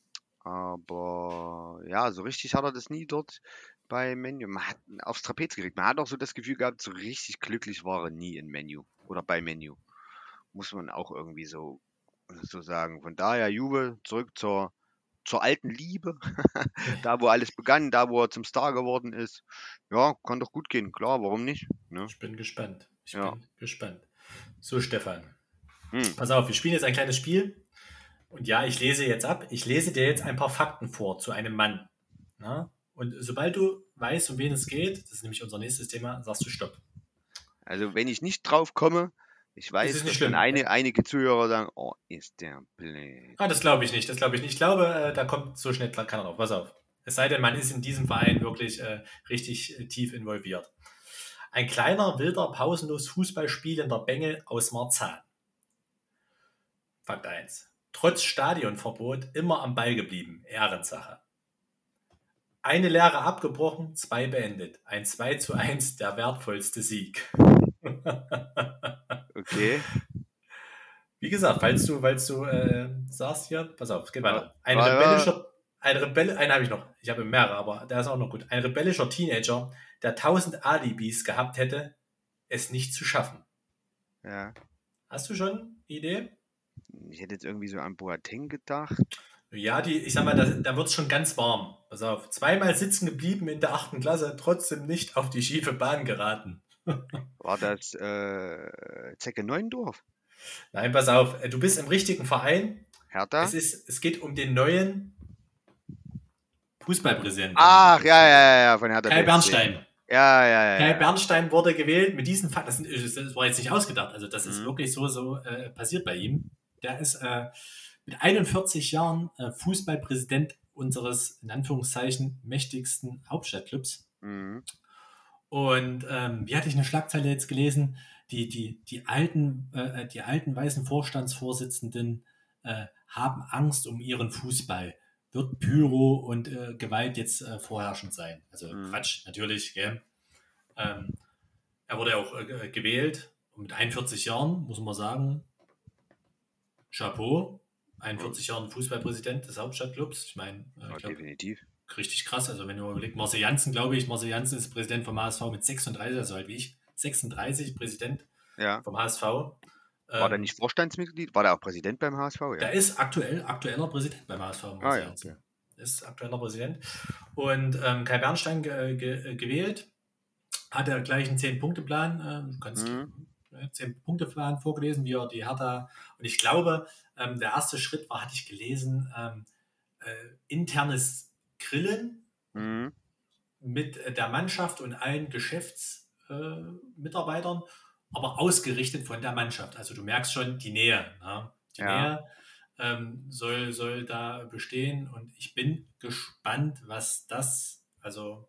aber ja, so richtig hat er das nie dort bei Man U. Man hat aufs Trapez gekriegt. Man hat auch so das Gefühl gehabt, so richtig glücklich war er nie in Man U oder bei Man U. Muss man auch irgendwie so, so sagen. Von daher, Juve, zurück zur, zur alten Liebe. Da, wo alles begann, da, wo er zum Star geworden ist. Ja, kann doch gut gehen. Klar, warum nicht? Ne? ich bin gespannt. Ich Ja. bin gespannt. So, Stefan. Hm. Pass auf, wir spielen jetzt ein kleines Spiel. Und ja, ich lese jetzt ab. Ich lese dir jetzt ein paar Fakten vor zu einem Mann. Na? Und sobald du weißt, um wen es geht, das ist nämlich unser nächstes Thema, sagst du Stopp. Also, wenn ich nicht drauf komme, ich Das weiß, ist nicht dass schlimm. dann eine, einige Zuhörer sagen, oh, ist der blöd. Ah, das glaube ich nicht. Das glaube ich nicht. Ich glaube, äh, da kommt so schnell keiner drauf. Pass auf. Es sei denn, man ist in diesem Verein wirklich äh, richtig äh, tief involviert. Ein kleiner, wilder, pausenlos Fußball spielender Bengel aus Marzahn. Fakt eins. Trotz Stadionverbot immer am Ball geblieben. Ehrensache. Eine Lehre abgebrochen, zwei beendet. Ein zwei zu eins, der wertvollste Sieg. Okay. Wie gesagt, falls du, falls du äh, sagst hier, pass auf, es geht Ja, weiter. Ein ja, ja. rebellischer, ein Rebell, einen habe ich noch. Ich habe mehrere, aber der ist auch noch gut. Ein rebellischer Teenager, der tausend Alibis gehabt hätte, es nicht zu schaffen. Ja. Hast du schon eine Idee? Ich hätte jetzt irgendwie so an Boateng gedacht. Ja, die, ich sag mal, da, da wird es schon ganz warm. Pass auf, zweimal sitzen geblieben in der achten Klasse, trotzdem nicht auf die schiefe Bahn geraten. War das äh, Zecke Neuendorf? Nein, pass auf, du bist im richtigen Verein. Hertha? Es, ist, es geht um den neuen Fußballpräsidenten. Ach, ja, ja, ja, ja, von Hertha Kai B S C. Bernstein. Ja, ja, ja. Kai ja. Bernstein wurde gewählt mit diesem Fakt. Das, das war jetzt nicht ausgedacht. Also das ist Mhm. wirklich so, so äh, passiert bei ihm. Der ist äh, mit einundvierzig Jahren äh, Fußballpräsident unseres, in Anführungszeichen, mächtigsten Hauptstadtclubs. Mhm. Und ähm, wie hatte ich eine Schlagzeile jetzt gelesen? Die, die, die, alten, äh, die alten weißen Vorstandsvorsitzenden äh, haben Angst um ihren Fußball. Wird Pyro und äh, Gewalt jetzt äh, vorherrschend sein? Also Mhm. Quatsch, natürlich. Gell? Ähm, er wurde auch äh, gewählt und mit einundvierzig Jahren, muss man sagen, Chapeau, einundvierzig Jahren Fußballpräsident des Hauptstadtclubs. Ich meine, äh, Ja, ich glaub, definitiv. richtig krass. Also wenn du überlegst, Marcel Janssen, glaube ich, Marcel Janssen ist Präsident vom H S V mit sechsunddreißig, also halt wie ich, sechsunddreißig Präsident Ja. vom H S V. War Ähm, der nicht Vorstandsmitglied? War der auch Präsident beim H S V? Ja. Der ist aktuell aktueller Präsident beim H S V. Marcel Ah, ja, Janssen. okay. Ist aktueller Präsident. Und ähm, Kai Bernstein ge ge gewählt, hat er gleich einen zehn-Punkte-Plan, äh, du kannst Mhm. äh, zehn-Punkte-Plan vorgelesen, wie er die Hertha, und ich glaube, ähm, der erste Schritt war, hatte ich gelesen, ähm, äh, internes Grillen Mhm. mit äh, der Mannschaft und allen Geschäftsmitarbeitern, äh, aber ausgerichtet von der Mannschaft. Also du merkst schon die Nähe. Ne? Die Ja. Nähe ähm, soll, soll da bestehen, und ich bin gespannt, was das, also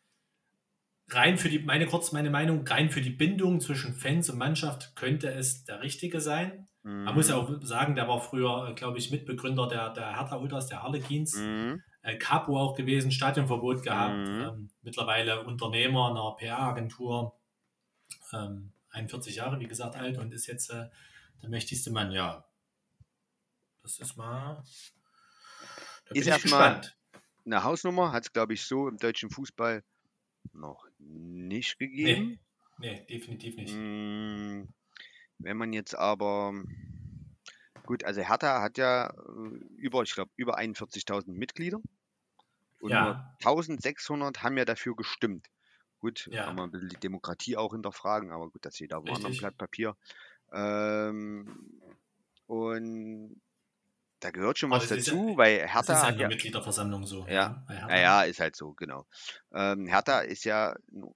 rein für die, meine kurz meine Meinung, rein für die Bindung zwischen Fans und Mannschaft könnte es der richtige sein. Mhm. Man muss ja auch sagen, der war früher, glaube ich, Mitbegründer der, der Hertha Ultras, der Harlequins. Mhm. Äh, Capo auch gewesen, Stadionverbot gehabt, Mhm. ähm, mittlerweile Unternehmer einer P R-Agentur, ähm, einundvierzig Jahre, wie gesagt, alt, und ist jetzt äh, der mächtigste Mann. Ja, das ist mal, da bin Ist ich erstmal gespannt. eine Hausnummer, hat es, glaube ich, so im deutschen Fußball noch nicht gegeben. Nee, nee, definitiv nicht. Mm, Wenn man jetzt aber, gut, also Hertha hat ja äh, über, ich glaube, über einundvierzigtausend Mitglieder und nur Ja, eintausendsechshundert haben ja dafür gestimmt. Gut, Ja. kann man ein bisschen die Demokratie auch hinterfragen, aber gut, das steht auf einem anderen Richtig. Blatt Papier. Ähm, und da gehört schon Aber was das ist ja, dazu, weil das Hertha ist ja hat in der ja, Mitgliederversammlung so, ja, ja. Bei ja, Hertha. ja, ist halt so, genau. Ähm, Hertha ist ja,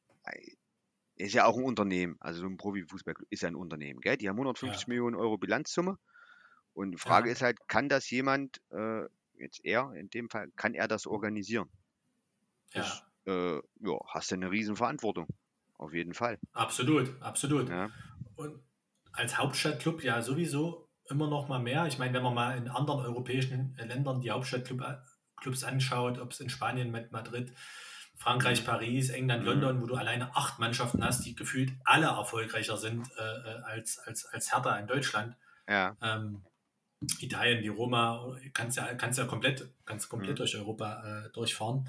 ist ja auch ein Unternehmen, also so ein Profifußballclub ist ja ein Unternehmen, gell? Die haben hundertfünfzig Ja, Millionen Euro Bilanzsumme und die Frage ja, ist halt, kann das jemand, äh, jetzt er in dem Fall, kann er das organisieren? Das, ja. äh, ja, hast du eine riesen Verantwortung, auf jeden Fall. Absolut, absolut. Ja, Und als Hauptstadtclub ja sowieso immer noch mal mehr. Ich meine, wenn man mal in anderen europäischen Ländern die Hauptstadtclubs anschaut, ob es in Spanien mit Madrid, Frankreich, mhm. Paris, England, Mhm. London, wo du alleine acht Mannschaften hast, die gefühlt alle erfolgreicher sind äh, äh, als, als, als Hertha in Deutschland. Ja, Ähm, Italien, die Roma, kannst ja, kannst ja komplett, kannst komplett mhm. durch Europa äh, durchfahren.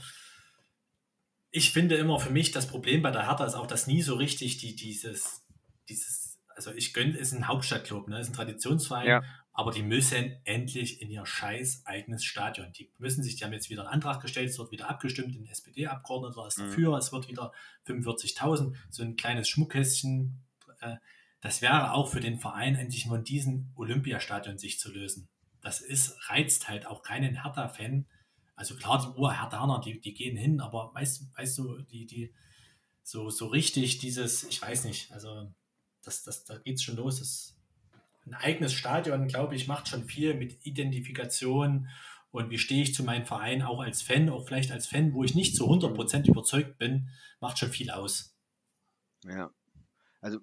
Ich finde immer für mich, das Problem bei der Hertha ist auch, dass nie so richtig die, dieses, dieses, also ich gönne, ist ein Hauptstadtclub, ne, ist ein Traditionsverein, Ja, aber die müssen endlich in ihr scheiß eigenes Stadion. Die müssen sich, die haben jetzt wieder einen Antrag gestellt, es wird wieder abgestimmt, ein S P D-Abgeordneter ist mhm. dafür, es wird wieder fünfundvierzigtausend, so ein kleines Schmuckkästchen. Äh, das wäre auch für den Verein endlich von diesem Olympiastadion sich zu lösen. Das ist, reizt halt auch keinen Hertha-Fan. Also klar, die Urhertaner, die, die gehen hin, aber weißt, weißt du, die, die, so, so richtig dieses, ich weiß nicht, also das, das, da geht es schon los. Das, ein eigenes Stadion, glaube ich, macht schon viel mit Identifikation und wie stehe ich zu meinem Verein auch als Fan, auch vielleicht als Fan, wo ich nicht zu hundert Prozent überzeugt bin, macht schon viel aus. Ja. Also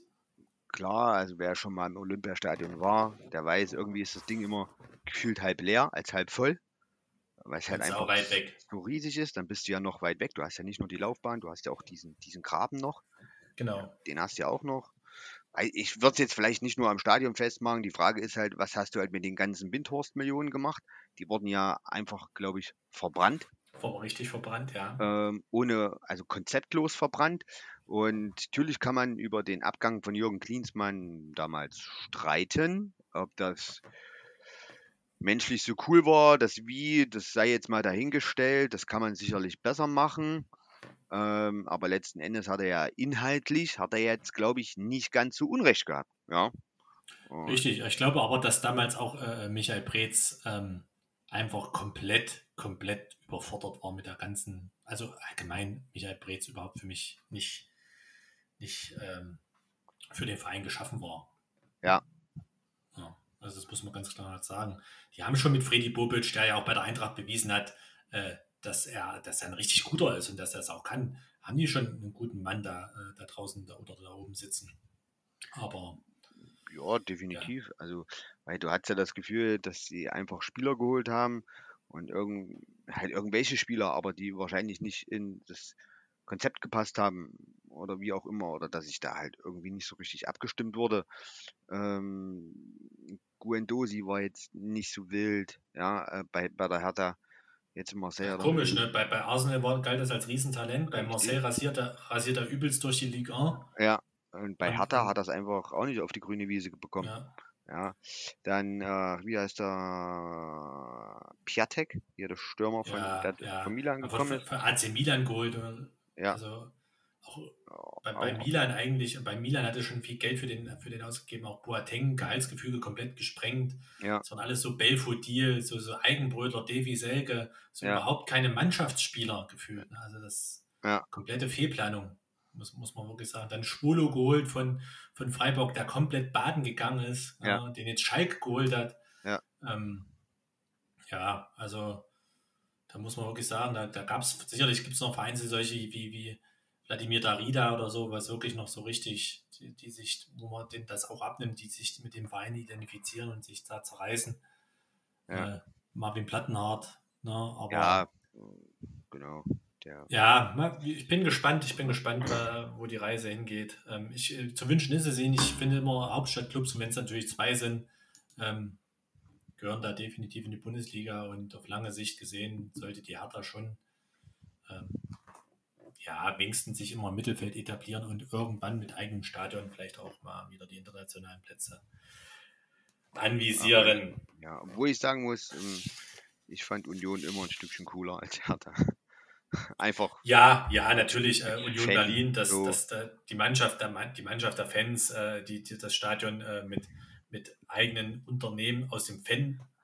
klar, also wer schon mal im Olympiastadion war, der weiß, irgendwie ist das Ding immer gefühlt halb leer als halb voll, weil es halt Und ist auch einfach weit weg. so riesig ist. Dann bist du ja noch weit weg. Du hast ja nicht nur die Laufbahn, du hast ja auch diesen, diesen Graben noch. Ja, Genau. den hast du ja auch noch. Weil Ich würde es jetzt vielleicht nicht nur am Stadion festmachen. Die Frage ist halt, was hast du halt mit den ganzen Windhorst-Millionen gemacht? Die wurden ja einfach, glaube ich, verbrannt. War richtig verbrannt, ja. ähm, ohne, also konzeptlos verbrannt. Und natürlich kann man über den Abgang von Jürgen Klinsmann damals streiten, ob das menschlich so cool war, das Wie, das sei jetzt mal dahingestellt, das kann man sicherlich besser machen. Ähm, aber letzten Endes hat er ja inhaltlich, hat er jetzt, glaube ich, nicht ganz so Unrecht gehabt. Ja. Und, Richtig, ich glaube aber, dass damals auch äh, Michael Preetz ähm, einfach komplett, komplett überfordert war mit der ganzen, also allgemein Michael Preetz überhaupt für mich nicht, nicht ähm, für den Verein geschaffen war. ja, Ja, also das muss man ganz klar sagen. Die haben schon mit Freddy Bobic, der ja auch bei der Eintracht bewiesen hat, äh, dass er, dass er ein richtig guter ist und dass er es auch kann, haben die schon einen guten Mann da, äh, da draußen da, oder da oben sitzen. Aber ja, ja, definitiv. Also, weil du hast ja das Gefühl, dass sie einfach Spieler geholt haben und irgend, halt irgendwelche Spieler, aber die wahrscheinlich nicht in das Konzept gepasst haben oder wie auch immer, oder dass sich da halt irgendwie nicht so richtig abgestimmt wurde. Ähm, Guendouzi war jetzt nicht so wild, ja, äh, bei, bei der Hertha. Jetzt in ja, Marseille hat er komisch, natürlich ne? Bei, bei Arsenal war, galt das als Riesentalent, bei Marseille richtig, rasiert er, rasiert er übelst durch die Ligue eins ja. Und bei und, Hertha hat und er es einfach auch nicht auf die grüne Wiese bekommen. ja, Ja, dann, äh, wie heißt der? Piatek, hier der Stürmer von, der ja, von ja, Milan aber gekommen für, ist. für A C Milan geholt. und- Ja, Also auch ja, bei, bei auch, Milan eigentlich, bei Milan hatte schon viel Geld für den, für den ausgegeben, auch Boateng, Gehaltsgefüge komplett gesprengt. ja, Das waren alles so Belfodil, so, so Eigenbrötler, Davy Selke, so ja, überhaupt keine Mannschaftsspieler gefühlt. Ne? Also das ja, komplette Fehlplanung, muss, muss man wirklich sagen. Dann Schwolo geholt von, von Freiburg, der komplett baden gegangen ist, ja, ja, den jetzt Schalke geholt hat. ja, Ähm, ja, also da muss man wirklich sagen, da, da gab es, sicherlich gibt es noch Vereine, solche wie, wie Wladimir Darida oder so, was wirklich noch so richtig, die, die sich, wo man den das auch abnimmt, die sich mit dem Verein identifizieren und sich da zerreißen. ja, Äh, Marvin Plattenhardt, ne, ja, aber genau. Der, ja, na, ich bin gespannt, ich bin gespannt, äh, wo die Reise hingeht. Ähm, ich, äh, zu wünschen ist es ihnen, ich finde immer Hauptstadtclubs, und wenn es natürlich zwei sind, ähm, gehören da definitiv in die Bundesliga und auf lange Sicht gesehen sollte die Hertha schon ähm, ja, wenigstens sich immer im Mittelfeld etablieren und irgendwann mit eigenem Stadion vielleicht auch mal wieder die internationalen Plätze aber anvisieren. ja, obwohl ich sagen muss, ähm, ich fand Union immer ein Stückchen cooler als Hertha. Einfach Ja, ja, natürlich äh, Union Fan, Berlin, das, so, das, äh, die, Mannschaft der, die Mannschaft der Fans, äh, die, die das Stadion äh, mit, mit eigenen Unternehmen aus dem Fan,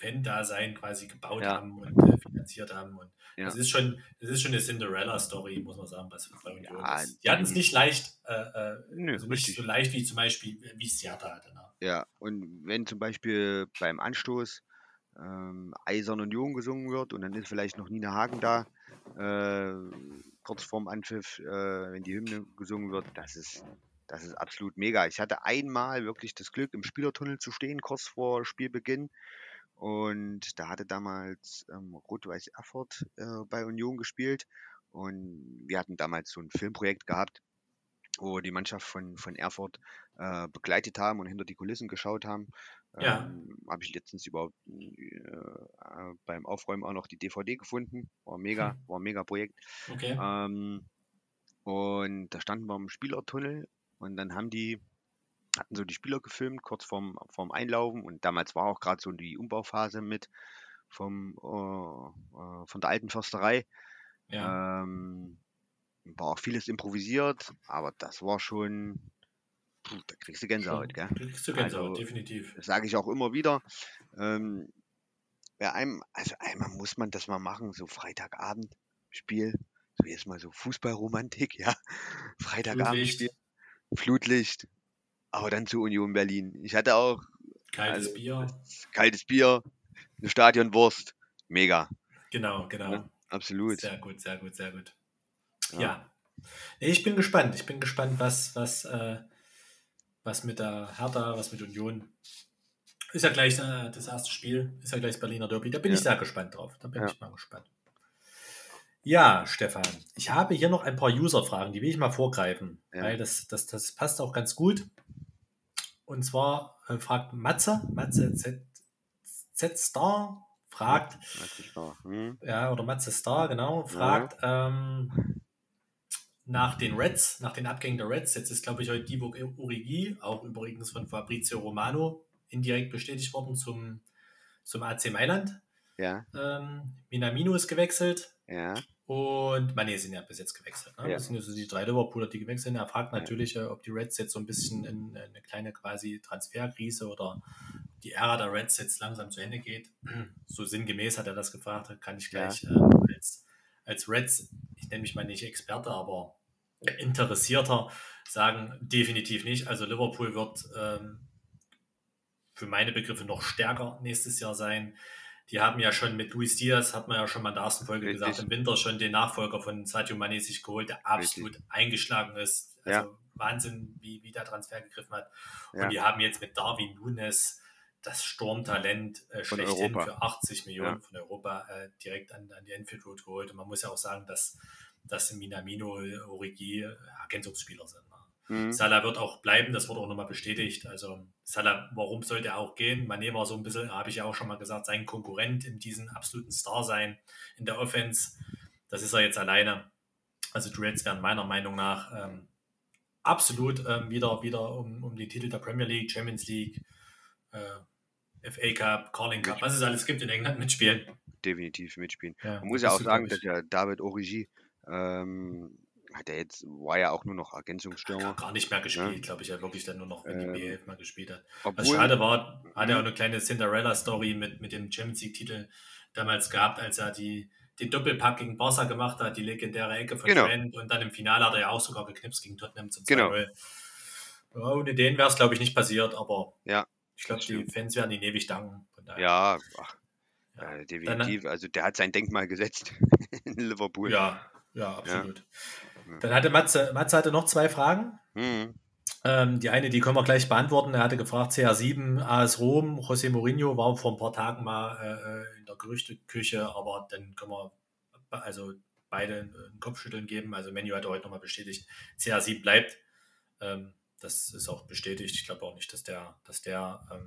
Fan-Dasein quasi gebaut Ja. haben und äh, finanziert haben. Und Ja. das ist schon, das ist schon eine Cinderella-Story, muss man sagen, was bei Union Ja, ist. Die hatten es nicht leicht, äh, äh, Nö, also nicht richtig. so leicht wie zum Beispiel, wie es Seattle hatte. Ne? Ja, und wenn zum Beispiel beim Anstoß ähm, Eisern Union gesungen wird und dann ist vielleicht noch Nina Hagen da, äh, kurz vorm Anpfiff, äh, wenn die Hymne gesungen wird, das ist, das ist absolut mega. Ich hatte einmal wirklich das Glück, im Spielertunnel zu stehen, kurz vor Spielbeginn. Und da hatte damals ähm, Rot-Weiß Erfurt äh, bei Union gespielt. Und wir hatten damals so ein Filmprojekt gehabt, wo die Mannschaft von, von Erfurt äh, begleitet haben und hinter die Kulissen geschaut haben. Ja. Ähm, habe ich letztens überhaupt äh, äh, beim Aufräumen auch noch die D V D gefunden. War mega, Hm. war ein mega Projekt. Okay. Ähm, und da standen wir im Spielertunnel und dann haben die, hatten so die Spieler gefilmt, kurz vorm, vorm Einlaufen. Und damals war auch gerade so die Umbauphase mit vom, äh, äh, von der alten Försterei. Ja. Ähm, war auch vieles improvisiert, aber das war schon, puh, da kriegst du Gänsehaut, gell? Da kriegst du Gänsehaut, Also, definitiv. das sage ich auch immer wieder. Ähm, bei einem, also einmal muss man das mal machen, so Freitagabend Spiel, so jetzt mal so Fußballromantik, ja. Freitagabendspiel, Flutlicht, Flutlicht, aber dann zu Union Berlin. Ich hatte auch, kaltes also Bier. das, kaltes Bier, eine Stadionwurst, mega. Genau, genau. Ne? Absolut. Sehr gut, sehr gut, sehr gut. Ja. Ja. Nee, ich bin gespannt. Ich bin gespannt, was, was, äh, was mit der Hertha, was mit Union. Ist ja gleich äh, das erste Spiel, ist ja gleich das Berliner Derby. Da bin Ja. ich sehr gespannt drauf. Da bin Ja. ich mal gespannt. Ja, Stefan, ich habe hier noch ein paar User-Fragen, die will ich mal vorgreifen, Ja. weil das, das, das passt auch ganz gut. Und zwar äh, fragt Matze, Matze Z, Z Star, fragt, Matze Star. Hm. ja, oder Matze Star, genau, fragt ähm, nach den Reds, nach den Abgängen der Reds. Jetzt ist, glaube ich, heute Divock Origi, auch übrigens von Fabrizio Romano, indirekt bestätigt worden zum, zum A C Mailand. Ja. Ähm, Minamino ist gewechselt. Ja. Und Mané sind ja bis jetzt gewechselt. Ne? Ja. Das sind ja so die drei Liverpooler, die gewechselt sind. Er fragt Ja. natürlich, äh, ob die Reds jetzt so ein bisschen in, in eine kleine quasi Transferkrise oder die Ära der Reds jetzt langsam zu Ende geht. So sinngemäß hat er das gefragt. Kann ich gleich Ja. ähm, als, als Reds, ich nenne mich mal nicht Experte, aber Interessierter, sagen, definitiv nicht. Also Liverpool wird ähm, für meine Begriffe noch stärker nächstes Jahr sein. Die haben ja schon mit Luis Diaz, hat man ja schon mal in der ersten Folge Richtig. gesagt, im Winter schon den Nachfolger von Sadio Mané sich geholt, der absolut Richtig. eingeschlagen ist. Also Ja. Wahnsinn, wie, wie der Transfer gegriffen hat. Ja. Und die haben jetzt mit Darwin Nunes das Sturmtalent äh, Von schlechthin Europa. für achtzig Millionen Ja. von Europa äh, direkt an, an die Enfield Road geholt. Und man muss ja auch sagen, dass, dass Minamino, Origi Ergänzungsspieler sind. Mhm. Salah wird auch bleiben, das wurde auch nochmal bestätigt. Also Salah, warum sollte er auch gehen? Mané war so ein bisschen, habe ich ja auch schon mal gesagt, sein Konkurrent in diesem absoluten Star sein in der Offense. Das ist er jetzt alleine. Also die Reds werden meiner Meinung nach ähm, absolut ähm, wieder, wieder um, um die Titel der Premier League, Champions League, äh, F A Cup, Carling Cup, was es alles gibt in England mitspielen. Definitiv mitspielen. Ja, Man muss da ja bist auch du, sagen, glaub ich, dass ja David Origi ähm, hat er jetzt, war ja auch nur noch Ergänzungsstürmer. gar nicht mehr gespielt, Ja. glaube ich, ja wirklich dann nur noch, wenn die Ähm, B elf mal gespielt hat. Was Obwohl, schade war, hat er auch Mhm. eine kleine Cinderella-Story mit, mit dem Champions League-Titel damals gehabt, als er die, den Doppelpack gegen Barca gemacht hat, die legendäre Ecke von Genau. Trent, und dann im Finale hat er ja auch sogar geknipst gegen Tottenham zum Genau. zwei null. Ja, ohne den wäre es, glaube ich, nicht passiert, aber Ja, ich glaube, das die stimmt. Fans werden ihn ewig danken. Von daher, Ja, ach, ja. äh, Dann, definitiv. Also der hat sein Denkmal gesetzt in Liverpool. ja, ja, absolut. Ja. Dann hatte Matze, Matze hatte noch zwei Fragen. Mhm. Ähm, die eine, die können wir gleich beantworten. Er hatte gefragt, C R sieben, A S Rom, José Mourinho war vor ein paar Tagen mal äh, in der Gerüchteküche, aber dann können wir also beide einen Kopfschütteln geben. Also Menu hat er heute nochmal bestätigt, C R sieben bleibt. Ähm, das ist auch bestätigt. Ich glaube auch nicht, dass der, dass der ähm,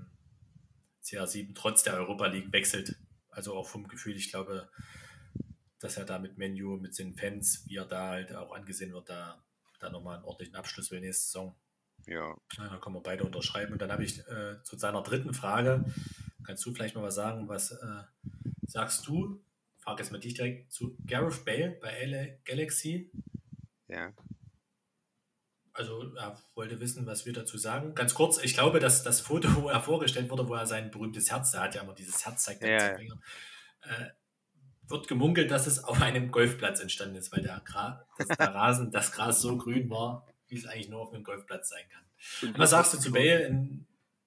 C R sieben trotz der Europa League wechselt. Also auch vom Gefühl, ich glaube, dass er da mit Menu, mit den Fans, wie er da halt auch angesehen wird, da, da nochmal einen ordentlichen Abschluss will nächste Saison. Ja. Ja, da können wir beide unterschreiben. Und dann habe ich äh, zu seiner dritten Frage, kannst du vielleicht mal was sagen, was äh, sagst du, frage jetzt mal dich direkt, zu Gareth Bale bei L A Galaxy? Ja. also er wollte wissen, was wir dazu sagen. Ganz kurz, ich glaube, dass das Foto, wo er vorgestellt wurde, wo er sein berühmtes Herz, der hat ja immer dieses Herz, zeigt er mit Ja, den ja. Fingern, äh, wird gemunkelt, dass es auf einem Golfplatz entstanden ist, weil der, Gra das, der Rasen, das Gras so grün war, wie es eigentlich nur auf einem Golfplatz sein kann. Und Und was wird sagst du auch zu schon, Bale? In,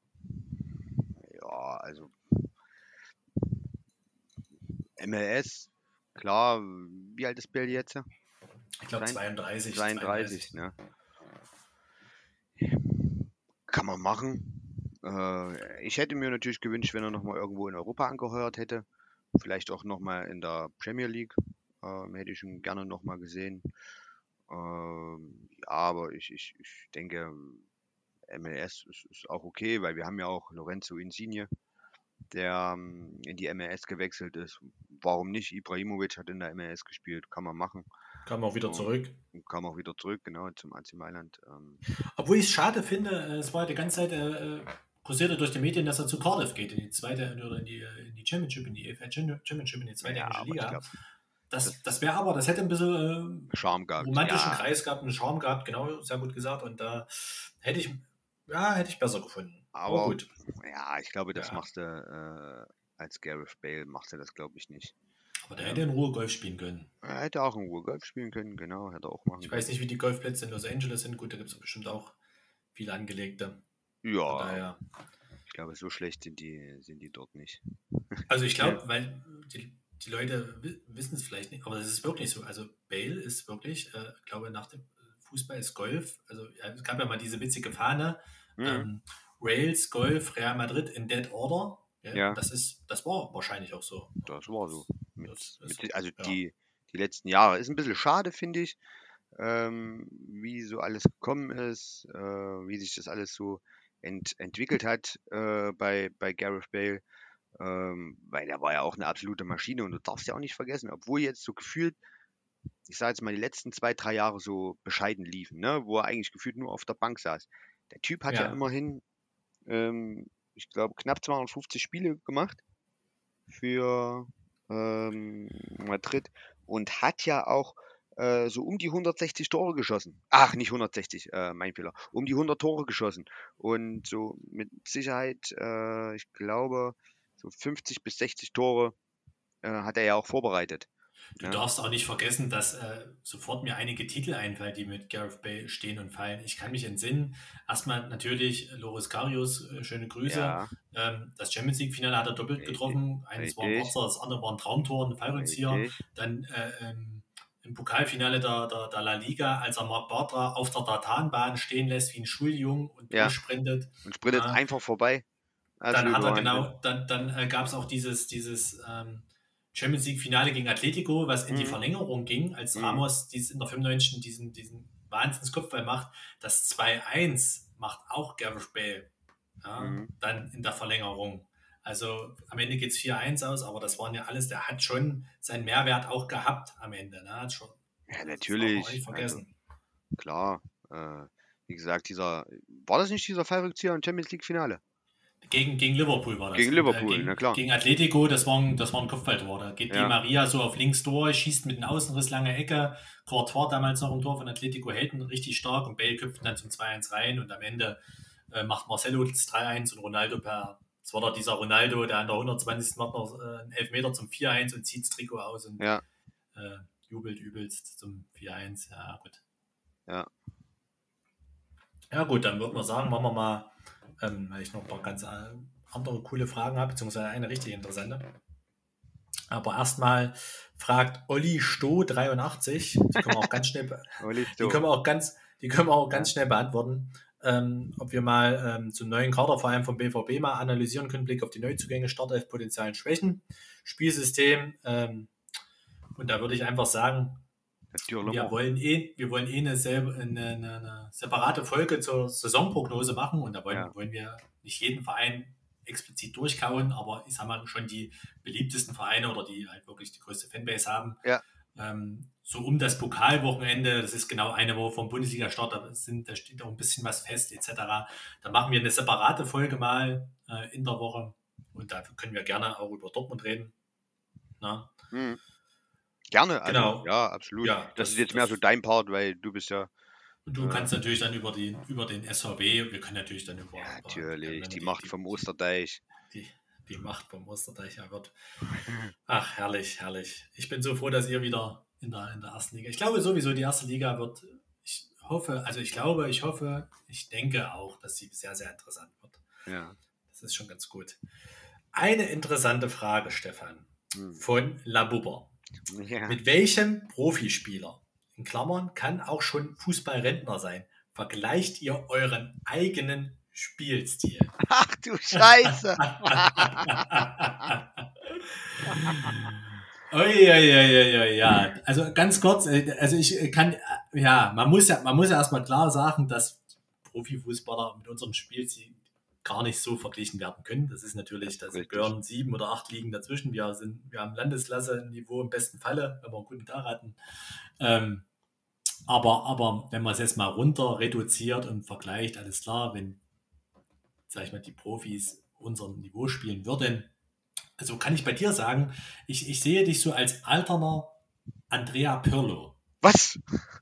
ja, also M L S, klar, wie alt ist Bale jetzt? ich glaube Zwei- zweiunddreißig, zweiunddreißig, ne? Kann man machen. Äh, ich hätte mir natürlich gewünscht, wenn er nochmal irgendwo in Europa angeheuert hätte. Vielleicht auch nochmal in der Premier League. Ähm, hätte ich ihn gerne nochmal gesehen. Ähm, ja, aber ich, ich, ich denke, M L S ist, ist auch okay, weil wir haben ja auch Lorenzo Insigne, der ähm, in die M L S gewechselt ist. Warum nicht? Ibrahimovic hat in der M L S gespielt, kann man machen. kam auch wieder Und zurück. kam auch wieder zurück, genau, zum A C Mailand. Ähm, Obwohl ich es schade finde, äh, es war die ganze Zeit äh, kursierte durch die Medien, dass er zu Cardiff geht, in die zweite oder in die, in die Championship, in die E F L Championship, in die zweite ja, englische aber ich Liga. glaube, Das, das wäre aber, das hätte ein bisschen äh, Charme gehabt. romantischen Ja, Kreis gehabt, einen Charme gehabt, genau, sehr gut gesagt. Und da hätte ich, ja, hätte ich besser gefunden. Aber, aber gut. ja, ich glaube, das Ja. machst du äh, als Gareth Bale, machst du das, glaube ich, nicht. Aber der hätte in Ruhe Golf spielen können. Er hätte auch in Ruhe Golf spielen können, genau, hätte er auch machen Ich können. weiß nicht, wie die Golfplätze in Los Angeles sind. Gut, da gibt es bestimmt auch viele angelegte. Von Ja, daher. ich glaube, so schlecht sind die, sind die dort nicht. Also ich glaube, weil die, die Leute wi- wissen es vielleicht nicht, aber es ist wirklich so. Also Bale ist wirklich, äh, ich glaube, nach dem Fußball ist Golf. Also ja, es gab ja mal diese witzige Fahne, Mhm. ähm, Rails, Golf, Real Madrid in Dead Order. Ja, Ja. Das ist, das war wahrscheinlich auch so. Das war so. Mit, Das ist, mit, also ja. die, die letzten Jahre. Ist ein bisschen schade, finde ich, ähm, wie so alles gekommen ist, äh, wie sich das alles so ent, entwickelt hat äh, bei, bei Gareth Bale. Ähm, weil der war ja auch eine absolute Maschine und du darfst ja auch nicht vergessen, obwohl jetzt so gefühlt, ich sage jetzt mal, die letzten zwei, drei Jahre so bescheiden liefen, ne, wo er eigentlich gefühlt nur auf der Bank saß. Der Typ hat ja, Ja. immerhin, ähm, ich glaube, knapp zweihundertfünfzig Spiele gemacht für ähm, Madrid und hat ja auch äh, so um die hundertsechzig Tore geschossen. Ach, nicht hundertsechzig, äh, mein Fehler. Um die hundert Tore geschossen. Und so mit Sicherheit, äh, ich glaube, so fünfzig bis sechzig Tore äh, hat er ja auch vorbereitet. Du Ne? darfst auch nicht vergessen, dass äh, sofort mir einige Titel einfallen, die mit Gareth Bale stehen und fallen. Ich kann mich entsinnen. Erstmal natürlich Loris Karius, äh, schöne Grüße. Ja, Ähm, das Champions League-Finale hat er doppelt Richtig, getroffen. Eines war ein richtig. Patzer, das andere war ein Traumtor, ein Fallrückzieher. richtig. Dann äh, ähm, im Pokalfinale der, der, der La Liga, als er Marc Bartra auf der Tartanbahn stehen lässt wie ein Schuljung und Ja. durchsprintet. Und sprintet Ja. einfach vorbei. Dann Absoluter hat er Wahnsinn. genau, dann, dann äh, gab es auch dieses, dieses ähm, Champions League Finale gegen Atletico, was in die Mhm. Verlängerung ging, als Mhm. Ramos dies in der fünfundneunzigsten diesen, diesen Wahnsinnskopfball macht. Das zwei eins macht auch Gareth Bale. Ja, Mhm. dann in der Verlängerung. Also am Ende geht es vier eins aus, aber das waren ja alles, der hat schon seinen Mehrwert auch gehabt am Ende. Ne? Hat schon, Ja, das darf man auch natürlich. nicht Also, vergessen. klar. Äh, wie gesagt, dieser. War das nicht dieser Fallrückzieher im Champions League Finale? Gegen, gegen Liverpool war das. Gegen Und, Liverpool, äh, gegen, na klar. Gegen Atletico, das war ein, das war ein Kopfballtor. Da geht Ja. Di Maria so auf links durch, schießt mit einem Außenriss lange Ecke. Courtois damals noch im Tor von Atletico hält ihn richtig stark und Bale köpft dann zum zwei eins rein und am Ende äh, macht Marcelo das drei eins und Ronaldo per. Es war doch dieser Ronaldo, der an der hundertzwanzigsten macht noch äh, einen Elfmeter zum vier eins und zieht das Trikot aus und Ja. äh, jubelt übelst zum vier eins. Ja, gut. Ja. Ja, gut, dann würde man sagen, machen wir mal, ähm, weil ich noch ein paar ganz äh, andere coole Fragen habe, beziehungsweise eine richtig interessante. Aber erstmal fragt Olli Sto dreiundachtzig, die können wir auch ganz schnell, be- Olli die Sto. können wir auch ganz, die können wir auch ganz Ja. schnell beantworten, ähm, ob wir mal ähm, zum neuen Kader, vor allem vom B V B, mal analysieren können, Blick auf die Neuzugänge, Startelf, Potenzialen, Schwächen, Spielsystem. Ähm, und da würde ich einfach sagen, wir wollen eh, wir wollen eh eine, selbe, eine, eine, eine separate Folge zur Saisonprognose machen und da wollen, Ja. wollen wir nicht jeden Verein explizit durchkauen, aber ich sag mal schon die beliebtesten Vereine oder die halt wirklich die größte Fanbase haben. Ja. Ähm, so um das Pokalwochenende, das ist genau eine Woche vom Bundesliga-Start, da, sind, da steht auch ein bisschen was fest et cetera. Da machen wir eine separate Folge mal äh, in der Woche und da können wir gerne auch über Dortmund reden. Na? Mhm. Gerne, also, Genau. ja, absolut. Ja, das, das- ist jetzt das- mehr so dein Part, weil du bist ja Und du kannst natürlich dann über, die, über den S V W, wir können natürlich dann über... Ja, natürlich, über, die, die, Macht die, vom Osterdeich. Die, die Macht vom Osterdeich, ja wird. Ach, herrlich, herrlich. Ich bin so froh, dass ihr wieder in der, in der ersten Liga... Ich glaube sowieso, die erste Liga wird... Ich hoffe, also ich glaube, ich hoffe, ich denke auch, dass sie sehr, sehr interessant wird. Ja. Das ist schon ganz gut. Eine interessante Frage, Stefan, hm. von Labuber. Ja. Mit welchem Profispieler, in Klammern, kann auch schon Fußballrentner sein, vergleicht ihr euren eigenen Spielstil? Ach du Scheiße! Uiuiuiui, ja, also ganz kurz, also ich kann, ja, man muss ja, man muss ja erstmal klar sagen, dass Profifußballer mit unserem Spielstil gar nicht so verglichen werden können. Das ist natürlich, da gehören sieben oder acht Ligen dazwischen. Wir sind, wir haben Landesklasse-Niveau im besten Falle, wenn wir einen guten Tag hatten. Ähm, aber, aber wenn man es jetzt mal runter reduziert und vergleicht, alles klar, wenn, sag ich mal, die Profis unser Niveau spielen würden, also kann ich bei dir sagen, ich, ich sehe dich so als alterner Andrea Pirlo. Was?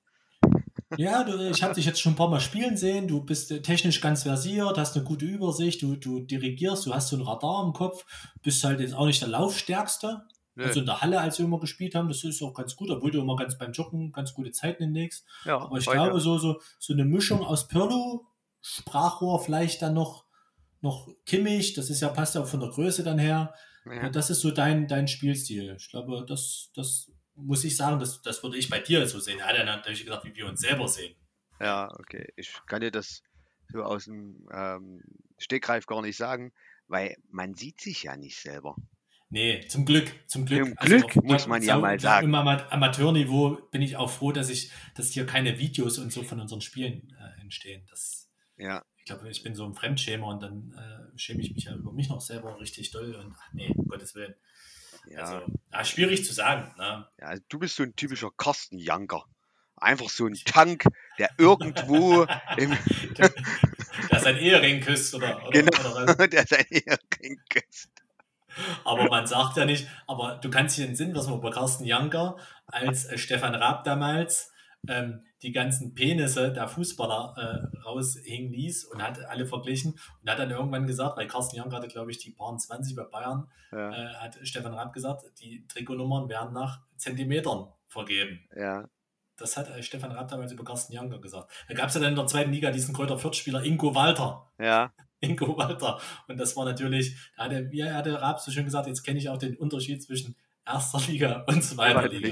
Ja, du, ich habe dich jetzt schon ein paar Mal spielen sehen, du bist technisch ganz versiert, hast eine gute Übersicht, du, du dirigierst, du hast so ein Radar im Kopf, bist halt jetzt auch nicht der Laufstärkste. Nee. Also in der Halle, als wir immer gespielt haben, das ist auch ganz gut, obwohl du immer ganz beim Joggen ganz gute Zeiten hinlegst. Ja, aber ich heute. glaube, so, so, so eine Mischung aus Pirlo, Sprachrohr vielleicht dann noch, noch Kimmich, das ist ja, passt ja auch von der Größe dann her. Ja. Das ist so dein, dein Spielstil. Ich glaube, das, das muss ich sagen, das, das würde ich bei dir so sehen. Er hat ja natürlich gesagt, wie wir uns selber sehen. Ja, okay. Ich kann dir das so aus dem ähm, Stegreif gar nicht sagen, weil man sieht sich ja nicht selber. Nee, zum Glück. Zum Glück, zum Glück also auf, muss man ja, ja mal sagen. Im Amateurniveau bin ich auch froh, dass ich, dass hier keine Videos und so von unseren Spielen äh, entstehen. Das, ja. Ich glaube, ich bin so ein Fremdschämer und dann äh, schäme ich mich ja über mich noch selber richtig doll und ach nee, um Gottes Willen. Ja. Also, ja, schwierig zu sagen. Ne? Ja, du bist so ein typischer Carsten Janker. Einfach so ein Tank, der irgendwo im der, der sein Ehering küsst oder, oder, genau, oder was? der sein Ehering küsst. Aber man sagt ja nicht, aber du kannst dir den Sinn, was man bei Carsten Janker als äh, Stefan Raab damals ähm, die ganzen Penisse der Fußballer äh, raushängen ließ und hat alle verglichen und hat dann irgendwann gesagt, weil Carsten Janker hatte, glaube ich, die Paar zwanzig bei Bayern, ja. äh, hat Stefan Raab gesagt, die Trikotnummern werden nach Zentimetern vergeben. Ja. Das hat äh, Stefan Raab damals über Carsten Janker gesagt. Da gab es ja dann in der zweiten Liga diesen Kräuter Fürth-Spieler Ingo Walter. Ja. Ingo Walter. Und das war natürlich, da hatte, wie hatte Raab so schön gesagt, jetzt kenne ich auch den Unterschied zwischen erster Liga und zweiter Liga.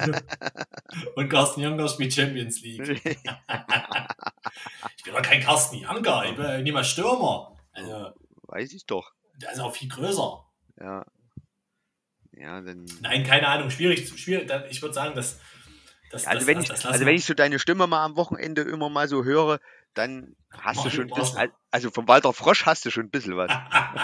Und Carsten Janker spielt Champions League. Ich bin doch kein Carsten Janker, ich bin nicht mal Stürmer. Also, weiß ich doch. Der ist auch viel größer. Ja. Ja, dann. Nein, keine Ahnung, schwierig. schwierig. Ich würde sagen, dass. dass also, das, wenn das, ich, das also wenn ich so deine Stimme mal am Wochenende immer mal so höre, dann hast Mach du schon ein bisschen, also vom Walter Frosch hast du schon ein bisschen was.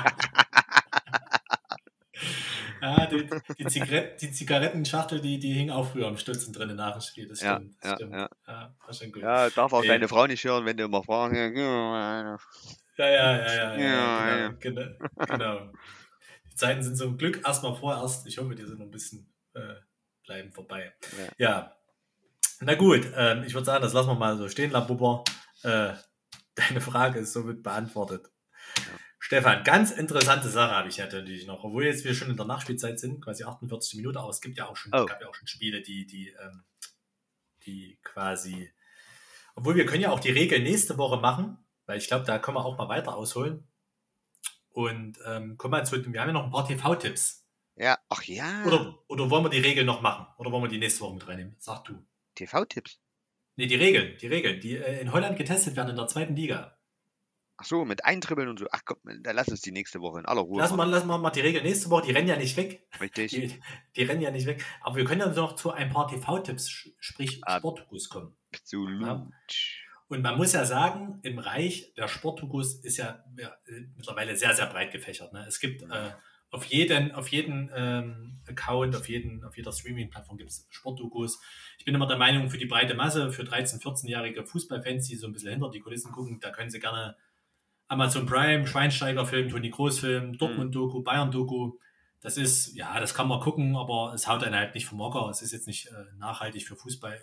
Ja, die, die, Zigaret- die Zigarettenschachtel, die, die hing auch früher am Stutzen drin nach dem Spiel. Das stimmt. Ja, das stimmt. Ja, ja. war schon gut. Ja, darf auch Ey. deine Frau nicht hören, wenn du immer fragen. Ja, ja, ja, ja, ja, ja, ja. Genau, genau, genau. Die Zeiten sind zum Glück erstmal vorerst. Ich hoffe, die sind noch ein bisschen äh, bleiben vorbei. Ja. ja. Na gut, ähm, ich würde sagen, das lassen wir mal so stehen, Labuber. Äh, deine Frage ist somit beantwortet. Ja. Stefan, ganz interessante Sache habe ich natürlich noch, obwohl jetzt wir schon in der Nachspielzeit sind, quasi achtundvierzig Minuten, aber es gibt ja auch schon, oh. gab ja auch schon Spiele, die, die, ähm, die quasi, obwohl wir können ja auch die Regeln nächste Woche machen, weil ich glaube, da können wir auch mal weiter ausholen. Und ähm, kommen wir zu, wir haben ja noch ein paar T V-Tipps. Ja, ach ja. Oder, oder wollen wir die Regeln noch machen? Oder wollen wir die nächste Woche mit reinnehmen? Sag du. T V-Tipps? Nee, die Regeln, die Regeln, die äh, in Holland getestet werden in der zweiten Liga. Ach so, mit Eintribbeln und so. Ach komm, dann lass uns die nächste Woche in aller Ruhe Lass mal, lass mal, mal die Regeln nächste Woche, die rennen ja nicht weg. Richtig. Die, die rennen ja nicht weg. Aber wir können dann noch zu ein paar T V-Tipps, sprich Sportdokus kommen. Absolut. Ja. Und man muss ja sagen, im Reich der Sportdokus ist ja, ja mittlerweile sehr, sehr breit gefächert. Ne? Es gibt äh, auf jeden, auf jeden ähm, Account, auf, jeden, auf jeder Streaming-Plattform gibt es Sportdokus. Ich bin immer der Meinung, für die breite Masse, für dreizehn-, vierzehnjährige Fußballfans, die so ein bisschen hinter die Kulissen gucken, da können sie gerne Amazon Prime, Schweinsteiger-Film, Toni Kroos-Film, Dortmund-Doku, Bayern-Doku. Das ist, ja, das kann man gucken, aber es haut einen halt nicht vom Hocker. Es ist jetzt nicht äh, nachhaltig für Fußball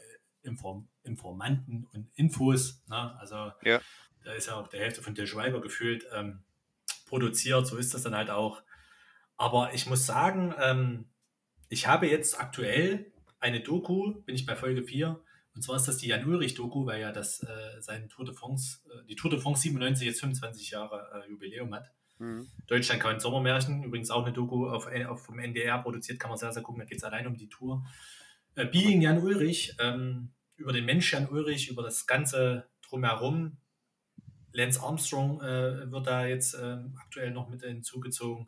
Inform- Informanten und Infos. Ne? Also Ja. da ist ja auch der Hälfte von Til Schweiger gefühlt ähm, produziert, so ist das dann halt auch. Aber ich muss sagen, ähm, ich habe jetzt aktuell eine Doku, bin ich bei Folge vier, und zwar ist das die Jan-Ulrich-Doku, weil ja das äh, sein Tour de France, äh, die Tour de France siebenundneunzig jetzt fünfundzwanzig Jahre äh, Jubiläum hat. Mhm. Deutschland kein Sommermärchen, übrigens auch eine Doku auf, auf vom N D R produziert, kann man sehr, sehr gucken, da geht es allein um die Tour. Äh, Being Jan Ulrich, ähm, über den Mensch Jan Ulrich, über das Ganze drumherum. Lance Armstrong äh, wird da jetzt äh, aktuell noch mit hinzugezogen.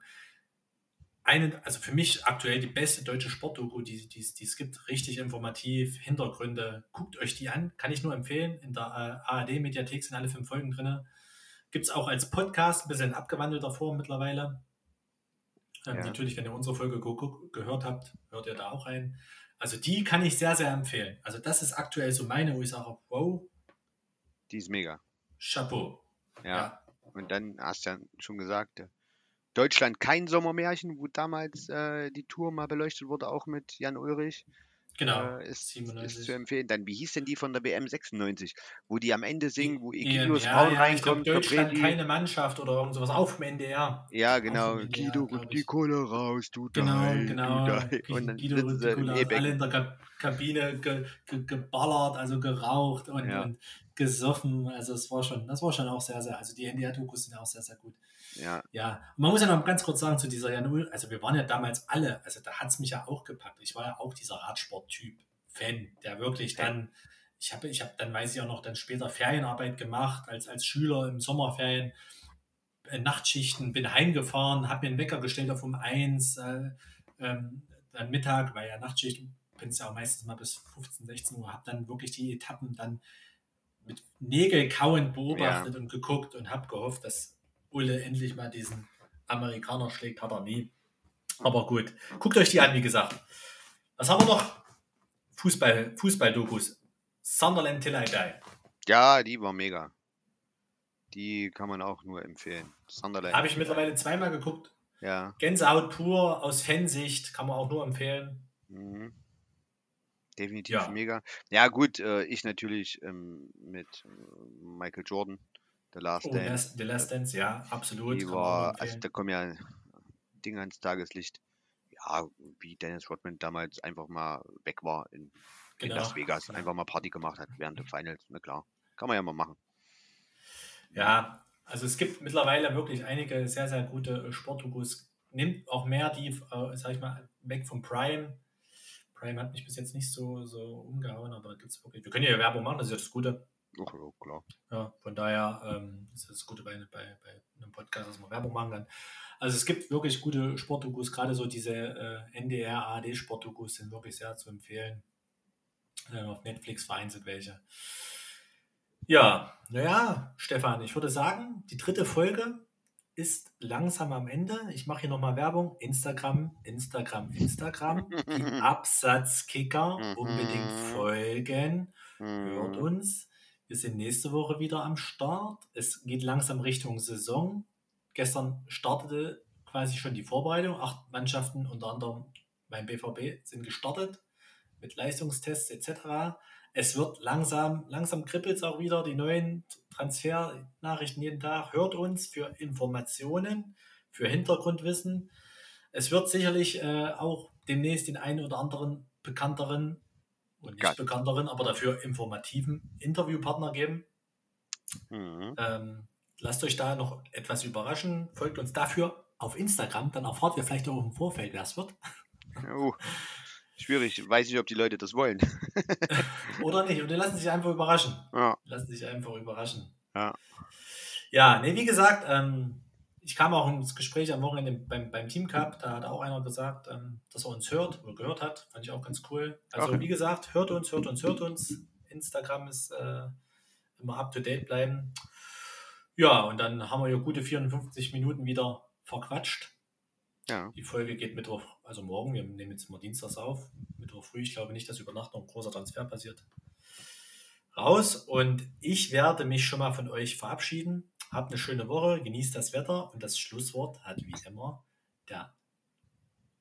Eine, also für mich aktuell die beste deutsche Sportdoku, die, die, die es gibt, richtig informativ, Hintergründe, guckt euch die an, kann ich nur empfehlen, in der äh, A R D-Mediathek sind alle fünf Folgen drin, gibt es auch als Podcast, ein bisschen abgewandelter Form mittlerweile. Ähm, Ja. Natürlich, wenn ihr unsere Folge ge- gehört habt, hört ihr da auch rein. Also die kann ich sehr, sehr empfehlen. Also das ist aktuell so meine, wo ich sage, wow, Die ist mega. Chapeau. Ja. Ja. Und dann hast du ja schon gesagt, äh, Deutschland kein Sommermärchen, wo damals äh, die Tour mal beleuchtet wurde, auch mit Jan Ulrich. Genau, Äh, ist, ist siebenundneunzig. zu empfehlen. Dann, wie hieß denn die von der W M sechsundneunzig, wo die am Ende singen, wo E- Egidius ja, Braun ja, ich glaube, reinkommt, Deutschland Caprelli. keine Mannschaft oder irgend sowas, auf dem N D R. Ja, Auch genau. vom N D R, Guido glaub rückt die ich. Kohle raus, du Genau, dei, du genau. dei. Und dann Guido sitzen sie im Rütikola, alle E-Becken. in der Ka- Kabine ge, ge, geballert, also geraucht und, Ja. und gesoffen. Also es war schon, das war schon auch sehr, sehr, also die N D R-Dokus sind ja auch sehr, sehr gut. Ja, Ja, und man muss ja noch ganz kurz sagen zu dieser Jan, also wir waren ja damals alle, also da hat es mich ja auch gepackt. Ich war ja auch dieser Radsport-Typ, Fan, der wirklich dann, ich habe, ich habe dann, weiß ich auch noch, dann später Ferienarbeit gemacht, als, als Schüler im Sommerferien, äh, Nachtschichten, bin heimgefahren, habe mir einen Wecker gestellt auf um eins, äh, ähm, dann Mittag, weil ja Nachtschicht, bin es ja auch meistens mal bis fünfzehn, sechzehn Uhr, habe dann wirklich die Etappen dann mit Nägel kauend beobachtet Ja. und geguckt und habe gehofft, dass Ulle endlich mal diesen Amerikaner schlägt, hat er nie. Aber gut, guckt euch die an, wie gesagt. Was haben wir noch? Fußball, Fußball-Dokus. Sunderland Till I Die. ja, die war mega. Die kann man auch nur empfehlen. Sunderland. Habe ich mittlerweile zweimal geguckt. Ja. Gänsehaut pur, aus Fansicht, kann man auch nur empfehlen. Mhm. Definitiv Ja. mega. Ja, gut, äh, ich natürlich ähm, mit äh, Michael Jordan, The Last Oh, Dance. Last, The Last Dance, ja, absolut. Die kann man auch nur war, empfehlen. also da kommen ja Dinge ans Tageslicht. Ja, wie Dennis Rodman damals einfach mal weg war in, in Genau. Las Vegas, Genau. einfach mal Party gemacht hat während der Finals. Na klar, kann man ja mal machen. Ja, also es gibt mittlerweile wirklich einige sehr, sehr gute Sportdokus. Nimmt auch mehr die, äh, sag ich mal, weg vom Prime. Prime hat mich bis jetzt nicht so, so umgehauen, aber da gibt es wirklich. Wir können ja Werbung machen, das ist ja das Gute. Ach, ja, klar. Ja, von daher ähm, ist das Gute bei, bei, bei einem Podcast, dass man Werbung machen kann. Also es gibt wirklich gute Sportdokus, gerade so diese äh, N D R, A R D-Sportdokus sind wirklich sehr zu empfehlen. Äh, auf Netflix vereinzelt welche. Ja, naja, Stefan, ich würde sagen, die dritte Folge ist langsam am Ende. Ich mache hier nochmal Werbung. Instagram, Instagram, Instagram. Die Absatzkicker. Unbedingt folgen. Hört uns. Wir sind nächste Woche wieder am Start. Es geht langsam Richtung Saison. Gestern startete quasi schon die Vorbereitung. Acht Mannschaften, unter anderem beim B V B, sind gestartet mit Leistungstests et cetera. Es wird langsam, langsam kribbelt es auch wieder, die neuen Transfernachrichten jeden Tag. Hört uns für Informationen, für Hintergrundwissen. Es wird sicherlich äh, auch demnächst den einen oder anderen bekannteren und nicht Gast. bekannteren, aber dafür informativen Interviewpartner geben. Mhm. Ähm, lasst euch da noch etwas überraschen. Folgt uns dafür auf Instagram, dann erfahrt ihr vielleicht auch im Vorfeld, wer es wird. Oh, schwierig, weiß nicht, ob die Leute das wollen. Oder nicht, und die lassen sich einfach überraschen. Ja. Lassen sich einfach überraschen. Ja. Ja, nee, wie gesagt, ähm, ich kam auch ins Gespräch am Wochenende beim, beim Team Cup, da hat auch einer gesagt, ähm, dass er uns hört oder gehört hat, fand ich auch ganz cool. Also Okay. wie gesagt, hört uns, hört uns, hört uns. Instagram ist äh, immer up to date bleiben. Ja, und dann haben wir ja gute vierundfünfzig Minuten wieder verquatscht. Ja. Die Folge geht Mittwoch, also morgen, wir nehmen jetzt mal Dienstags auf, Mittwoch früh, ich glaube nicht, dass über Nacht noch ein großer Transfer passiert, raus. Und ich werde mich schon mal von euch verabschieden. Habt eine schöne Woche, genießt das Wetter und das Schlusswort hat wie immer der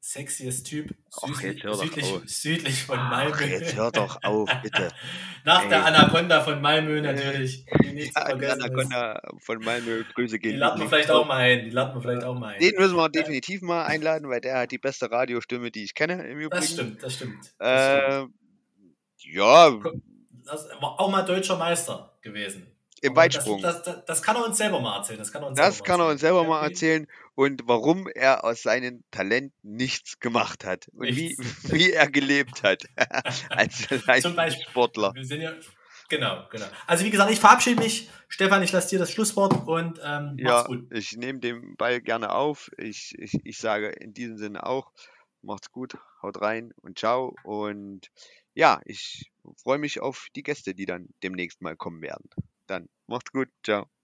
sexiest Typ, Ach, süßlich, jetzt hör doch südlich, auf. südlich von Ach, Malmö. jetzt hör doch auf, bitte. Nach der Ey. Anaconda von Malmö Äh, natürlich, die nicht zu Ja, die vergessen ist. Anaconda von Malmö, Grüße Die gehen laden wir übrigens vielleicht raus. auch mal ein. Die laden wir vielleicht auch mal ein. Den müssen wir definitiv mal einladen, weil der hat die beste Radiostimme, die ich kenne im Übrigen. Das stimmt, das stimmt. Das Äh, ja, Das war auch mal deutscher Meister gewesen. im Aber das, Weitsprung. das, das, das kann er uns selber mal erzählen. Das kann er uns Das selber kann mal er uns selber erzählen. mal Ja, wie- erzählen und warum er aus seinem Talent nichts gemacht hat und wie, Nichts. wie er gelebt hat als Zum Beispiel. Leistungssportler. Wir sind ja. Genau, genau. Also wie gesagt, ich verabschiede mich. Stefan, ich lasse dir das Schlusswort und ähm, Ja, macht's gut. ich nehme den Ball gerne auf. Ich, ich, ich sage in diesem Sinne auch, macht's gut, haut rein und ciao. Und ja, ich freue mich auf die Gäste, die dann demnächst mal kommen werden. Dann macht's gut, ciao.